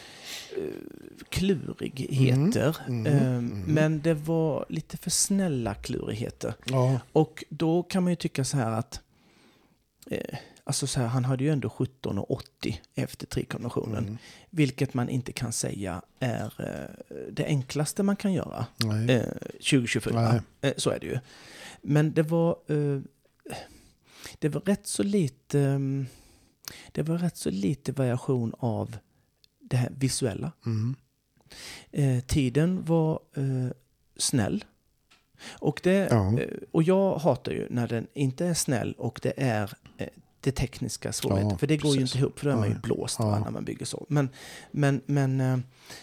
klurigheter mm, mm, mm. men det var lite för snälla klurigheter ja. Och då kan man ju tycka så här att eh, alltså så här, han hade ju ändå sjutton och åttio efter trikonventionen mm. vilket man inte kan säga är eh, det enklaste man kan göra eh, tjugo tjugofyra eh, så är det ju, men det var eh, det var rätt så lite eh, det var rätt så lite variation av det här visuella. Mm. Eh, tiden var eh, snäll. Och, det, ja. eh, och jag hatar ju när den inte är snäll och det är eh, det tekniska svårigheten. Ja, för det går precis. Ju inte ihop för då är man ju blåst ja. när man bygger så. Men, men, men eh,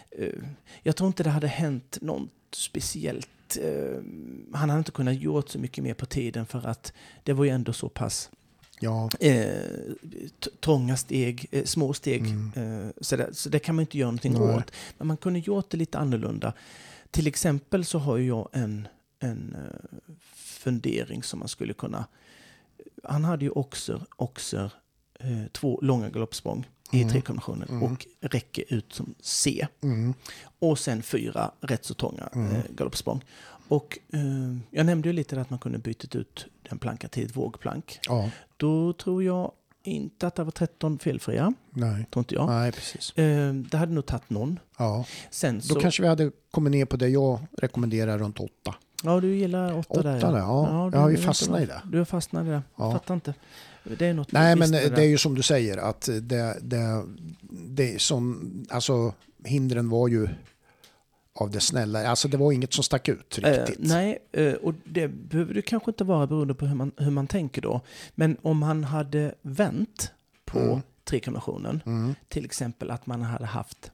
jag tror inte det hade hänt något speciellt. Eh, han hade inte kunnat gjort så mycket mer på tiden för att det var ju ändå så pass Ja. Eh, t- trånga steg, eh, små steg. Mm. Eh, så, det, så det kan man inte göra någonting Nej. åt. Men man kunde gjort det lite annorlunda. Till exempel så har jag en, en uh, fundering som man skulle kunna... Han hade ju också, också eh, två långa galoppsprång mm. i trekonventionen mm. och räcker ut som C. Mm. Och sen fyra rätt så trånga mm. eh, galoppsprång. Och eh, jag nämnde ju lite att man kunde byta ut den planka till ett vågplank. Ja. Då tror jag inte att det var tretton felfria. Nej. Tror inte jag. Nej, precis. Eh, det hade nog tagit någon. Ja. Sen Då så... kanske vi hade kommit ner på det jag rekommenderar runt åtta. Ja, du gillar åtta, åtta där. Ja. Där, ja. Ja, du, jag har ju fastnat i det. Du har fastnat i det. Ja. Fattar inte. Det är något Nej, men det är ju som du säger att det, det, det som, alltså hindren var ju av det snälla. Alltså det var inget som stack ut riktigt. Uh, nej, uh, och det behöver det kanske inte vara beroende på hur man, hur man tänker då. Men om han hade vänt på mm. trekonventionen, mm. till exempel att man hade haft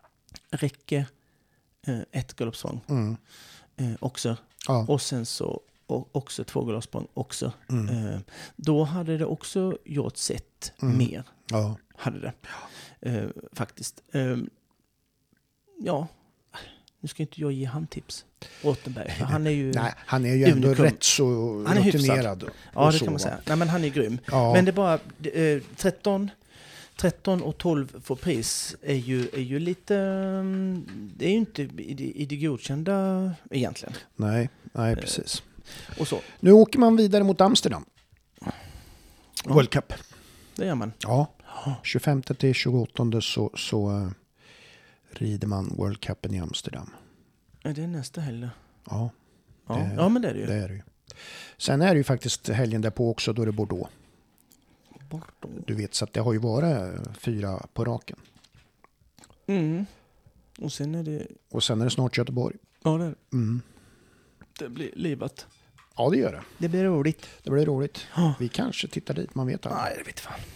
räcke, uh, ett galoppsprång, mm. uh, också, ja. och sen så och också två galoppsprång också. Mm. Uh, då hade det också gjort sett mm. mer. Ja. Hade det. Uh, faktiskt. Uh, ja, nu ska inte jag ge han tips. Rottenberg. Han är ju Nej, han är ju ändå unikum. rätt så han är rutinerad. Och ja, det så, kan man säga. Nej, men han är grym. Ja. Men det är bara eh, tretton, tretton och tolv för pris är ju, är ju lite... Det är ju inte i det, i det godkända egentligen. Nej, nej precis. Eh, och så. Nu åker man vidare mot Amsterdam. Ja. World Cup. Det gör man. Ja, tjugofemte till tjugoåttonde så... så uh, rider man World Cupen i Amsterdam. Är det nästa helg? Ja. Ja. Det, ja, men det är det ju. Det är det ju. Sen är det ju faktiskt helgen därpå också, då är det Bordeaux. Bordeaux. Du vet, så att det har ju varit fyra på raken. Mm. Och sen är det... Och sen är det snart Göteborg. Ja, det är det. Mm. Det blir livat. Ja, det gör det. Det blir roligt. Det blir roligt. Oh. Vi kanske tittar dit, man vet aldrig. Nej, det vet fan.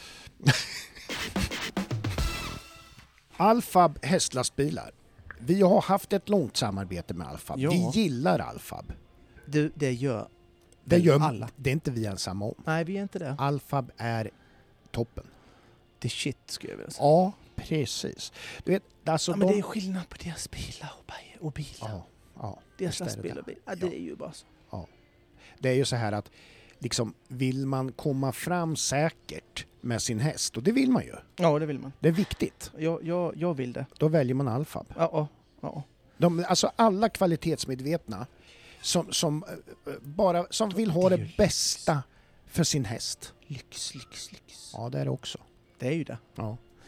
Alfab hästlastbilar. Vi har haft ett långt samarbete med Alfab. Ja. Vi gillar Alfab. Det, det gör det gör alla. Det är inte vi ensamma om. Nej, vi är inte det. Alfab är toppen. Det är shit, skulle jag vilja säga. Ja, precis. Du vet, alltså ja, de... men det är skillnad på deras bilar och, och bilar. Ja, ja. Deras lastbilar och bilar. Ja, det ja. är ju bara så. Ja. Det är ju så här att liksom, vill man komma fram säkert med sin häst, och det vill man ju. Ja, det vill man. Det är viktigt. Jag, jag, jag vill det. Då väljer man Alfab. Ja, ja, ja. De, alltså alla kvalitetsmedvetna som, som, bara, som vill ha det, det bästa för sin häst. Lyx, lyx, lyx. Ja, det är det också. Det är ju det. Ja.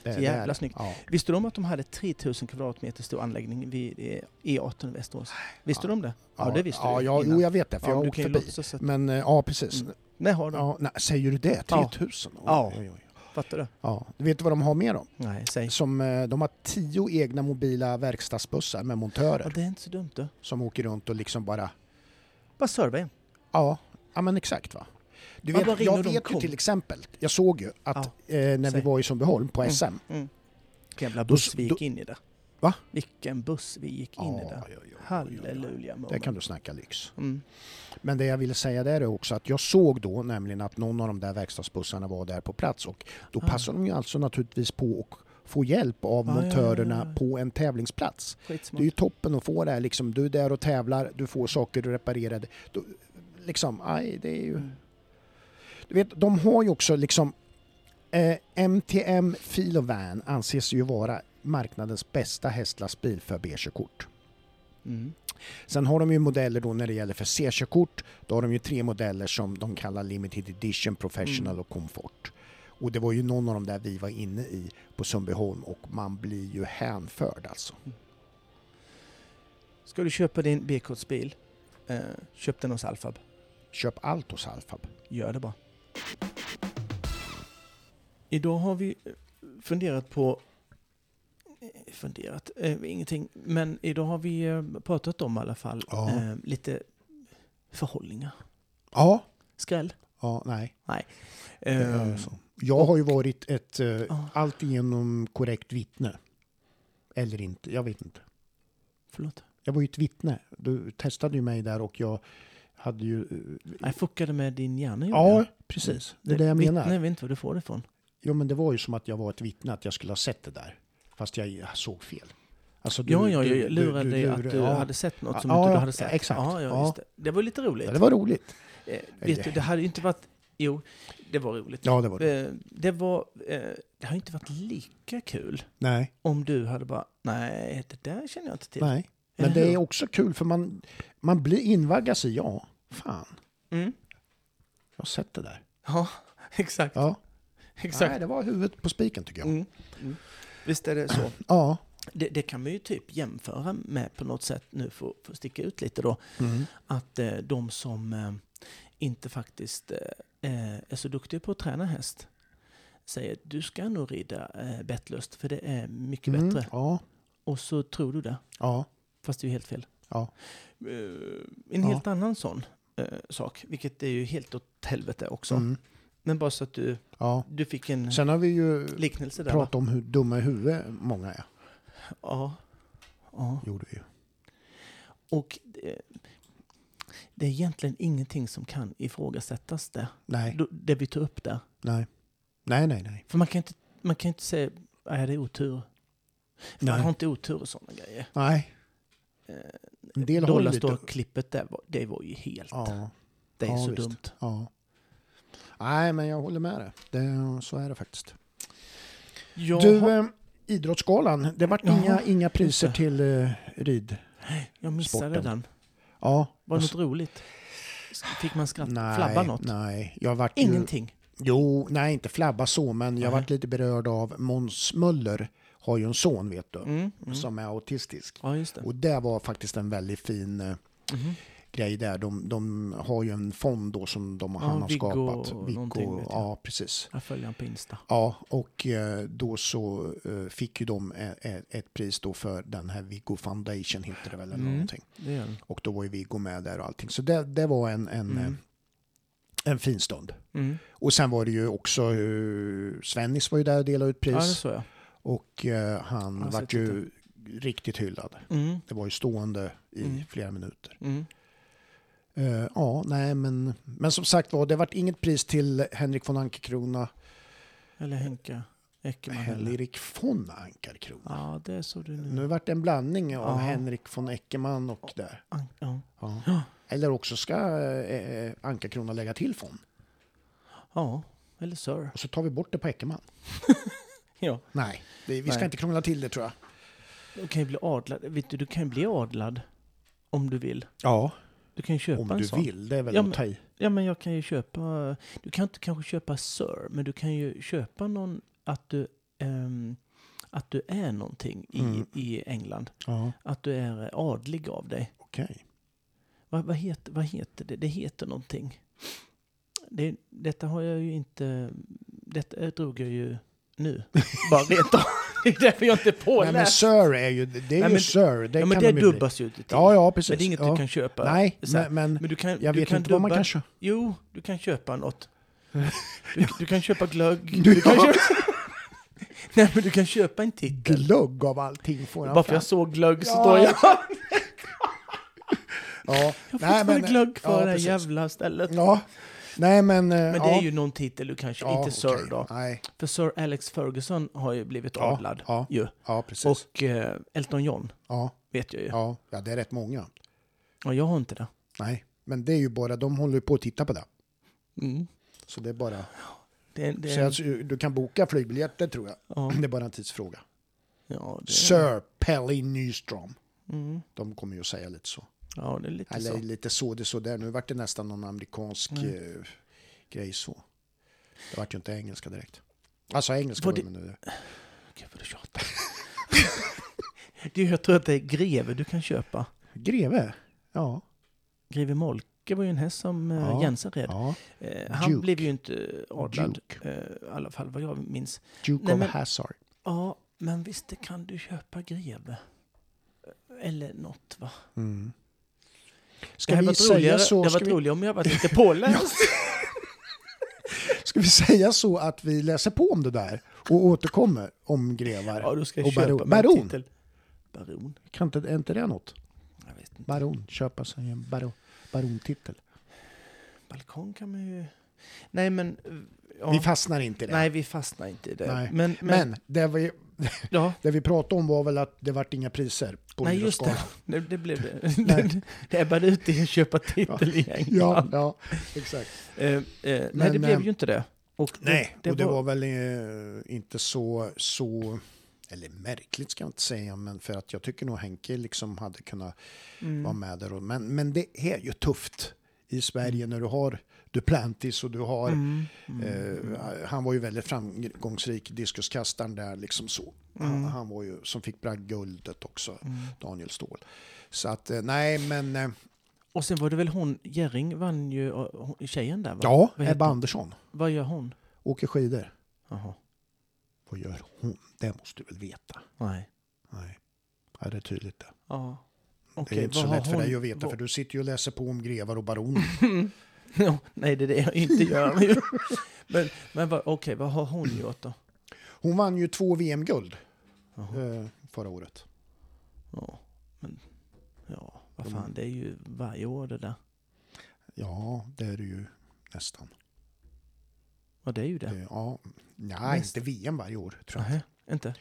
det, jävla det är, snyggt. Ja. Visste du om att de hade tre tusen kvadratmeter stor anläggning vid E arton i Västerås? Visste Ja. du om det? Ja, Ja, det visste ja, du. Ja, jo, jag vet det, för ja, jag har du åkt kan ju förbi. låtsas att... Men ja, precis. Mm. Nej, har du? Ja, nej, säger du det? tre tusen? Oj, Ja. oj, oj. Fattar du? Ja. Du vet vad de har med dem? Nej, säg. Som, eh, de har tio egna mobila verkstadsbussar med montörer. Ja, det är inte så dumt då. Som åker runt och liksom bara... Bara serva en. Ja, ja men exakt va. Du Ja, vet, bara ringer jag och de vet ju kom. till exempel, jag såg ju att Ja. eh, när Säg. vi var i Sundbyholm på S M. Mm. Mm. Jävla Då- buss vi gick då- in i det. Va? Vilken buss vi gick in i Ja, det. ja, ja, ja, ja. Halleluja. Där kan du snacka lyx. Mm. Men det jag ville säga där är också att jag såg då nämligen att någon av de där verkstadsbussarna var där på plats och då Ah. passar de ju alltså naturligtvis på att få hjälp av Ja, ja, montörerna ja, ja. på en tävlingsplats. Det är Skitsmart. ju toppen att få det här liksom, du är där och tävlar, du får saker reparerade. Då, liksom, aj, det är ju... Mm. Du vet, de har ju också liksom eh, M T M Filovan anses ju vara marknadens bästa hästlastbil för B-körkort. Mm. Sen har de ju modeller då när det gäller för C-körkort. Då har de ju tre modeller som de kallar Limited Edition, Professional Mm. och Comfort. Och det var ju någon av dem där vi var inne i på Sundbyholm och man blir ju hänförd alltså. Ska du köpa din B-kortsbil, eh, köp den hos Alfab. Köp allt hos Alfab. Gör det bara. Idag har vi funderat på funderat, eh, ingenting, men idag har vi eh, pratat om i alla fall Ja. eh, lite förhållningar. Ja. Skräll? Ja, nej. Nej. Det är Eh, så. Jag har ju varit ett eh, Ja. alltigenom korrekt vittne. Eller inte, jag vet inte. förlåt. Jag var ju ett vittne. Du testade ju mig där och jag hade ju... eh, Jag fuckade med din hjärna. gjorde Ja, jag. precis. Det är det jag menar. Nej, jag vet inte var du får det ifrån. Jo, men det var ju som att jag var ett vittne att jag skulle ha sett det där. Fast jag såg fel. Alltså, Ja, ja, du- jag lurade du- dig du- att du ja. hade sett något som Ja, inte du ja, hade sett. exakt. Ja, ja, Ja. just det. Det var lite roligt. Ja, det var roligt. Eh, vet du, det hade ju inte varit... Jo, det var roligt. Ja, det var det. Eh, det var... Eh, det har inte varit lika kul Nej, om du hade bara... Nej, det där känner jag inte till. nej. Eller Men det är hur? också kul för man, man blir invaggas i, ja, fan. Mm. Jag har sett det där. Ja, exakt. Ja. exakt. Nej, det var huvudet på spiken tycker jag. Mm. Mm. Visst är det så. Ja. Det, det kan man ju typ jämföra med på något sätt nu för, för att sticka ut lite då. Mm. Att eh, de som eh, inte faktiskt eh, är så duktiga på att träna häst säger du ska nog rida eh, bettlöst för det är mycket Mm. bättre. Ja. Och så tror du det. Ja. Fast det är ju helt fel. Ja. Eh, en Ja. helt annan sån eh, sak, vilket är ju helt åt helvete också. Mm. Men bara så att du, Ja. du fick en Sen har vi ju liknelse där. Va? pratat om hur dumma i huvudet många är. Ja. ja. Gjorde vi ju. Och det, det är egentligen ingenting som kan ifrågasättas där. Nej, Det, det vi tar upp där. nej. Nej, nej, nej. För man kan inte, man kan inte säga att det är otur. För man Nej. har inte otur och sådana grejer. Nej. Eh, En del har ju lite... Dollarstore-klippet där, var- det var ju helt... Ja. det är ja, så visst. dumt. Ja. Nej, men jag håller med dig. Det, så är det faktiskt. Jag Du, har, eh, Idrottsgalan. Det var Jaha, inga, inga priser just det. till eh, rid. jag missade sporten. den. Ja. Var det och något roligt? Fick man skratta? Nej, Flabba något? nej. Jag vart ju, Ingenting? jo, nej, inte flabba så, men jag Nej. varit lite berörd av Måns Möller. Har ju en son, vet du, Mm, mm. som är autistisk. Ja, just det. Och det var faktiskt en väldigt fin eh, Mhm. grej där. De, de har ju en fond då som de, han har Viggo skapat. någonting, vet jag. Ja, precis. Jag följer han på Insta. Ja, och eh, då så eh, fick ju de e- e- ett pris då för den här Viggo Foundation, heter det väl, eller Mm. någonting. Det gör den. Och då var ju Viggo med där och allting. Så det, det var en, en, Mm. eh, en fin stund. Mm. Och sen var det ju också, uh, Svennis var ju där och delade ut pris. Ja, det så jag. Och eh, han Jag har var sett ju riktigt hyllad. Mm. Det var ju stående i Mm. flera minuter. Mm. Eh, ja, nej, men, men som sagt var, det vart inget pris till Henrik von Ankerkrona. Eller Henka Eckermann. eller- Henrik von Ankerkrona. Ja, det är så du nu... Nu vart det en blandning av Ja. Henrik von Eckermann och där. An- ja. Ja. Ja. Eller också ska eh, Ankerkrona lägga till von. ja, eller Sir. Och så tar vi bort det på Eckermann. Ja. Nej, det, vi ska Nej. inte krångla till det, tror jag. Du kan ju bli adlad. Vet du, du kan ju bli adlad om du vill. Ja, Du kan ju köpa om en du sån. vill. Det är väl Ja, att men- ta i. Ja, men jag kan ju köpa... Du kan inte kanske köpa Sir, men du kan ju köpa någon att du um, att du är någonting i, Mm. i England. Ja. Att du är adlig av dig. Okej. Vad, vad, heter, vad heter det? Det heter någonting. Det, detta har jag ju inte... Detta drog jag ju nu. Bara rent av. Det är därför jag inte är påläst. Nej, men Sir är ju... Det är Nej, ju men- Sir. Det ja, men kan det de ju bli. dubbas ju till. Ja, ja, precis. Men det är inget ja. du kan köpa. Nej, Så här. men, men Men du kan, jag du vet kan inte vad man dubba- kan köpa. Jo, du kan köpa något. Du, du kan köpa glögg. Du Du kan har- köpa... Nej, men du kan köpa en titel. Glögg av allting får han Bara för fram. jag såg glögg så Ja. står jag... Ja. Jag har fortfarande glögg för ja, det här precis. jävla stället. Ja. Nej, men... Men det ja. är ju någon titel du kanske, Ja, inte Sir okej. då. Nej. För Sir Alex Ferguson har ju blivit Ja, adlad. ja. Ju. Ja, precis. Och eh, Elton John ja. vet jag ju. Ja. ja, det är rätt många. Ja, jag har inte det. Nej, men det är ju bara... De håller ju på att titta på det. Mm. Så det är bara... Det, det, Så alltså, du kan boka flygbiljetter, tror jag. ja, Det är bara en tidsfråga. ja, det, Sir Pelly Nyström. mm. De kommer ju att säga lite så. Ja, det är lite Eller så. lite så, det så där. Nu vart det nästan någon amerikansk Mm. eh, grej så. Det vart ju inte engelska direkt. Alltså engelska Var var det- det... men nu... Gud vad du tjatar. Du, jag tror att det är greve du kan köpa. Greve? Ja. Greve Molke var ju en häst som eh, Ja, Jensen red. ja. Eh, han Duke. blev ju inte adlad. Duke. Eh, I alla fall vad jag minns. Duke Nej, of men- Hazzard. Ja, men visst det kan du köpa greve. Eller något va? Mm. Det Ska här vi var säga roligare, så? det var Ska vi, roligare om jag var lite påläst. ska vi säga så att vi läser på om det där och återkommer om grevar? Ja, då ska jag Och köpa baron. mig en Baron. titel. Baron? Kan inte, är inte det något? Jag vet inte. Baron. Köpa sig en baron, barontitel. Balkong kan man ju... Nej, men... Ja. Vi fastnar inte i det. Nej, vi fastnar inte i det. Nej. Men, men, Men det vi, ja. det vi pratade om var väl att det vart inga priser på Nej, just det. Idrottsgalan. det. Det blev det. Nej. Det ebbade ut i att köpa titel i Ja, England. ja, exakt. Eh, eh, nej, Men, det blev eh, ju inte det. Och det, Nej, det och det var, väl eh, inte så, så, eller märkligt ska jag inte säga, men för att jag tycker nog Henke liksom hade kunnat mm, vara med där. Och, men, men det är ju tufft i Sverige när du har Duplantis och du har, mm, mm, eh, han var ju väldigt framgångsrik, diskuskastaren där liksom så. Han, Mm. han var ju, som fick bragdguldet också, mm. Daniel Ståhl. Så att, eh, nej men, eh, Och sen var det väl hon, Jerring vann ju, uh, hon- tjejen där va? ja, Vad heter Ebba hon? Andersson, Vad gör hon? åker skidor. Jaha, Vad gör hon? Det måste du väl veta? nej. Nej, ja, det är tydligt det. Ja. Det Okej, är inte så vad har lätt för hon- dig att veta, vad- för du sitter ju och läser på om grevar och baroner. Ja, nej, det är det jag inte gör. men men vad, okej, vad har hon gjort då? Hon vann ju två V M-guld Jaha. eh, förra året. Ja, men ja, vad fan, det är ju varje år det där. Ja, det är det ju nästan. Ja, det är ju det. Det, ja, nej, Näst- inte V M varje år, tror jag. Nej, inte?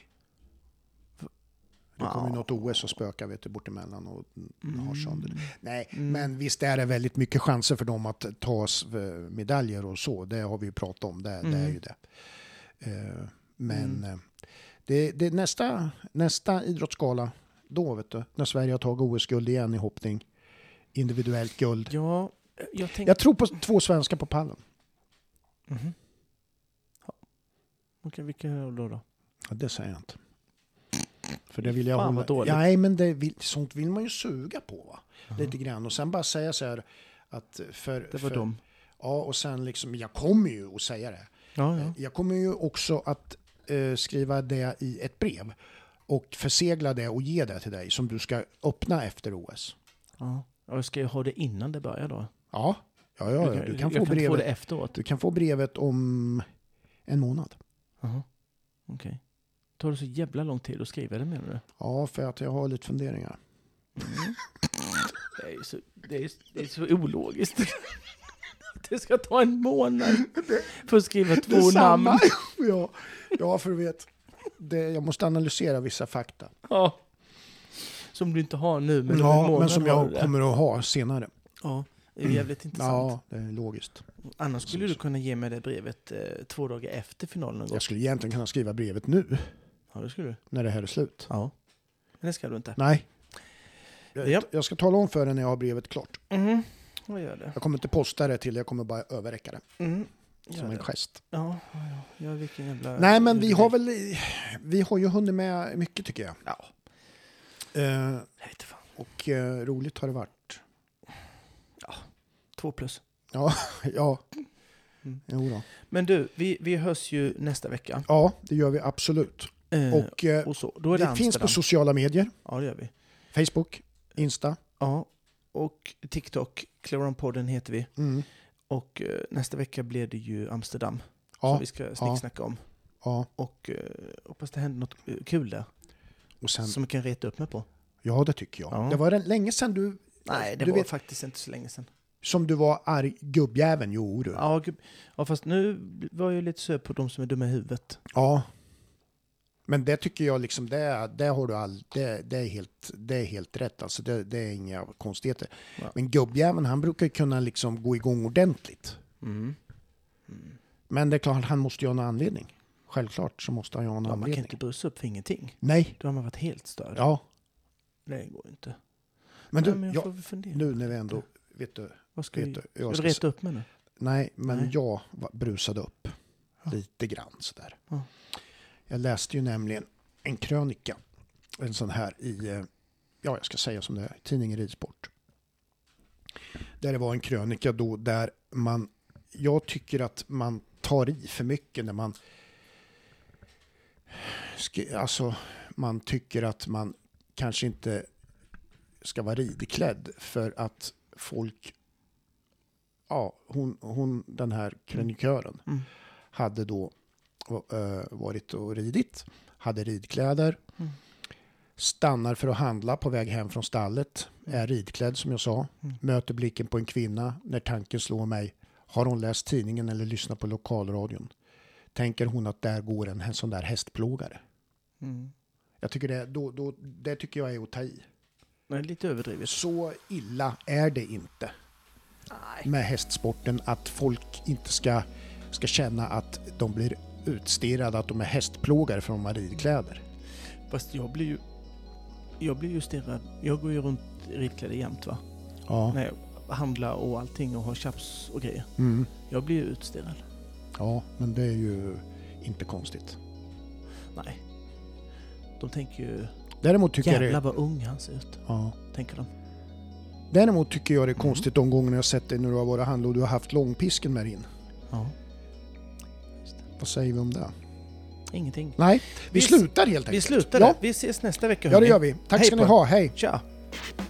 Det kommer ju Ja. något O S och spöka vet du, bort emellan och mm. har sönder det. Nej, Mm. men visst är det väldigt mycket chanser för dem att ta s- eh, medaljer och så. Det har vi ju pratat om, det, det är Mm. ju det. Eh, men Mm. eh, det, det är nästa, nästa idrottsgala då, vet du, när Sverige har tagit O S-guld igen i hoppning. Individuellt guld. Ja, jag tänkte... Jag tror på två svenskar på pallen. Mhm. Ja. Okej, vilka då då? Ja, det säger jag inte. För det vill jag Fan, hålla. vad dåligt. Nej, men det vill, sånt vill man ju suga på, va? Jaha. Lite grann. Och sen bara säga så här att för... Det var för, dem. Ja, och sen liksom, jag kommer ju att säga det. Ja, ja. Jag kommer ju också att eh, skriva det i ett brev och försegla det och ge det till dig som du ska öppna efter O S. ja. Och ska jag ha det innan det börjar då? Ja, ja, ja, ja. Du kan, få, jag kan brevet, få det efteråt. du kan få brevet om en månad. Jaha, okej. Tar det så jävla lång tid att skriva det, menar du? Ja, för att jag har lite funderingar. Mm. Det är ju så, det är, det är så ologiskt. Det ska ta en månad för att skriva två namn. ja, ja, för du vet, det, jag måste analysera vissa fakta. Ja. Som du inte har nu, men om en Ja, månad men som har jag du det. kommer att ha senare. Ja, det är jävligt intressant. Ja, det är logiskt. Annars skulle du kunna ge mig det brevet eh, två dagar efter finalen någon gång. Jag skulle egentligen kunna skriva brevet nu, Ja, det skulle du. när det här är slut. Ja. Men det ska du inte. Nej. Jag, Ja. jag ska tala om för dig när jag har brevet klart. Mhm. Vad gör det? Jag kommer inte posta det till, jag kommer bara överräcka det. Mm. som ja, en gest. Ja, ja, ja. ja vilken jävla... Nej, men vi har väl vi har ju hunnit med mycket tycker jag. Ja. Uh, jag vet fan. Och uh, roligt har det varit. Ja, två plus. Ja, ja. Mm. Jo då. Men du, vi, vi hörs ju nästa vecka. Ja, det gör vi absolut. Eh, och uh, och så. Då är det det finns på sociala medier. Ja, det gör vi. Facebook, Insta. Ja, och TikTok, Clearon-podden heter vi. Mm. Och uh, nästa vecka blir det ju Amsterdam. Ja. Som vi ska snicksnacka ja. om. Ja. Och uh, hoppas det händer något uh, kul där. Och sen, som vi kan reta upp mig på. Ja, det tycker jag. Ja. Det var länge sedan du... Nej, det du var vet, faktiskt inte så länge sedan. Som du var arg gubbjäveln, jo du. Ja, gubb, ja, fast nu var jag lite söt på de som är dumma i huvudet. Ja. Men det tycker jag liksom, det, det har du all, det, det, är helt, det är helt rätt. Alltså det, det är inga konstigheter. Ja. Men gubbjäveln, han brukar kunna liksom gå igång ordentligt. Mm. Mm. Men det är klart, han måste ju ha en anledning. Självklart så måste han ju ha en ja, anledning. Man kan inte brusa upp för ingenting. Nej. Då har man varit helt störd. Ja. Det går inte. Men, Nej, du, men jag jag, får fundera. nu när vi ändå, vet du. Vad ska, vet vi, du, ska jag du ska reta upp mig nu? Nej, men Nej. jag brusade upp ja. lite grann sådär. Ja. Jag läste ju nämligen en krönika, en sån här i, ja jag ska säga som det är, tidningen Ridsport. Där det var en krönika då där man, jag tycker att man tar i för mycket när man, alltså man tycker att man kanske inte ska vara ridklädd för att folk, ja hon, hon den här krönikören mm. hade då uh, varit och ridit, hade ridkläder, mm. stannar för att handla på väg hem från stallet, mm. är ridklädd som jag sa, mm. möter blicken på en kvinna när tanken slår mig, har hon läst tidningen eller lyssnat på lokalradion? Tänker hon att där går en, en sån där hästplågare? Mm. Jag tycker det, då, då, det tycker jag är att ta i. Nej, lite överdrivet. Så illa är det inte. Nej. Med hästsporten att folk inte ska, ska känna att de blir utstirrade, att de är hästplågare från ridkläder. Fast jag blir ju jag blir ju stirrad. Jag går ju runt i ridkläder jämt va? Ja. När jag handlar och allting och har chaps och grejer. Mm. Jag blir ju utstirrad. Ja, men det är ju inte konstigt. Nej. De tänker ju Däremot tycker jävlar jag det... vad ung han ser ut. Ja. Tänker de. Däremot tycker jag det är konstigt mm. de gånger jag har sett dig när du har varit handlad och du har haft långpisken med in. Ja. Vad säger vi om det? Ingenting. Nej, vi, vi slutar helt enkelt. Vi slutar ja. det. Vi ses nästa vecka. Ja, det gör vi. Tack Hej ska ni ha. Hej. Tja.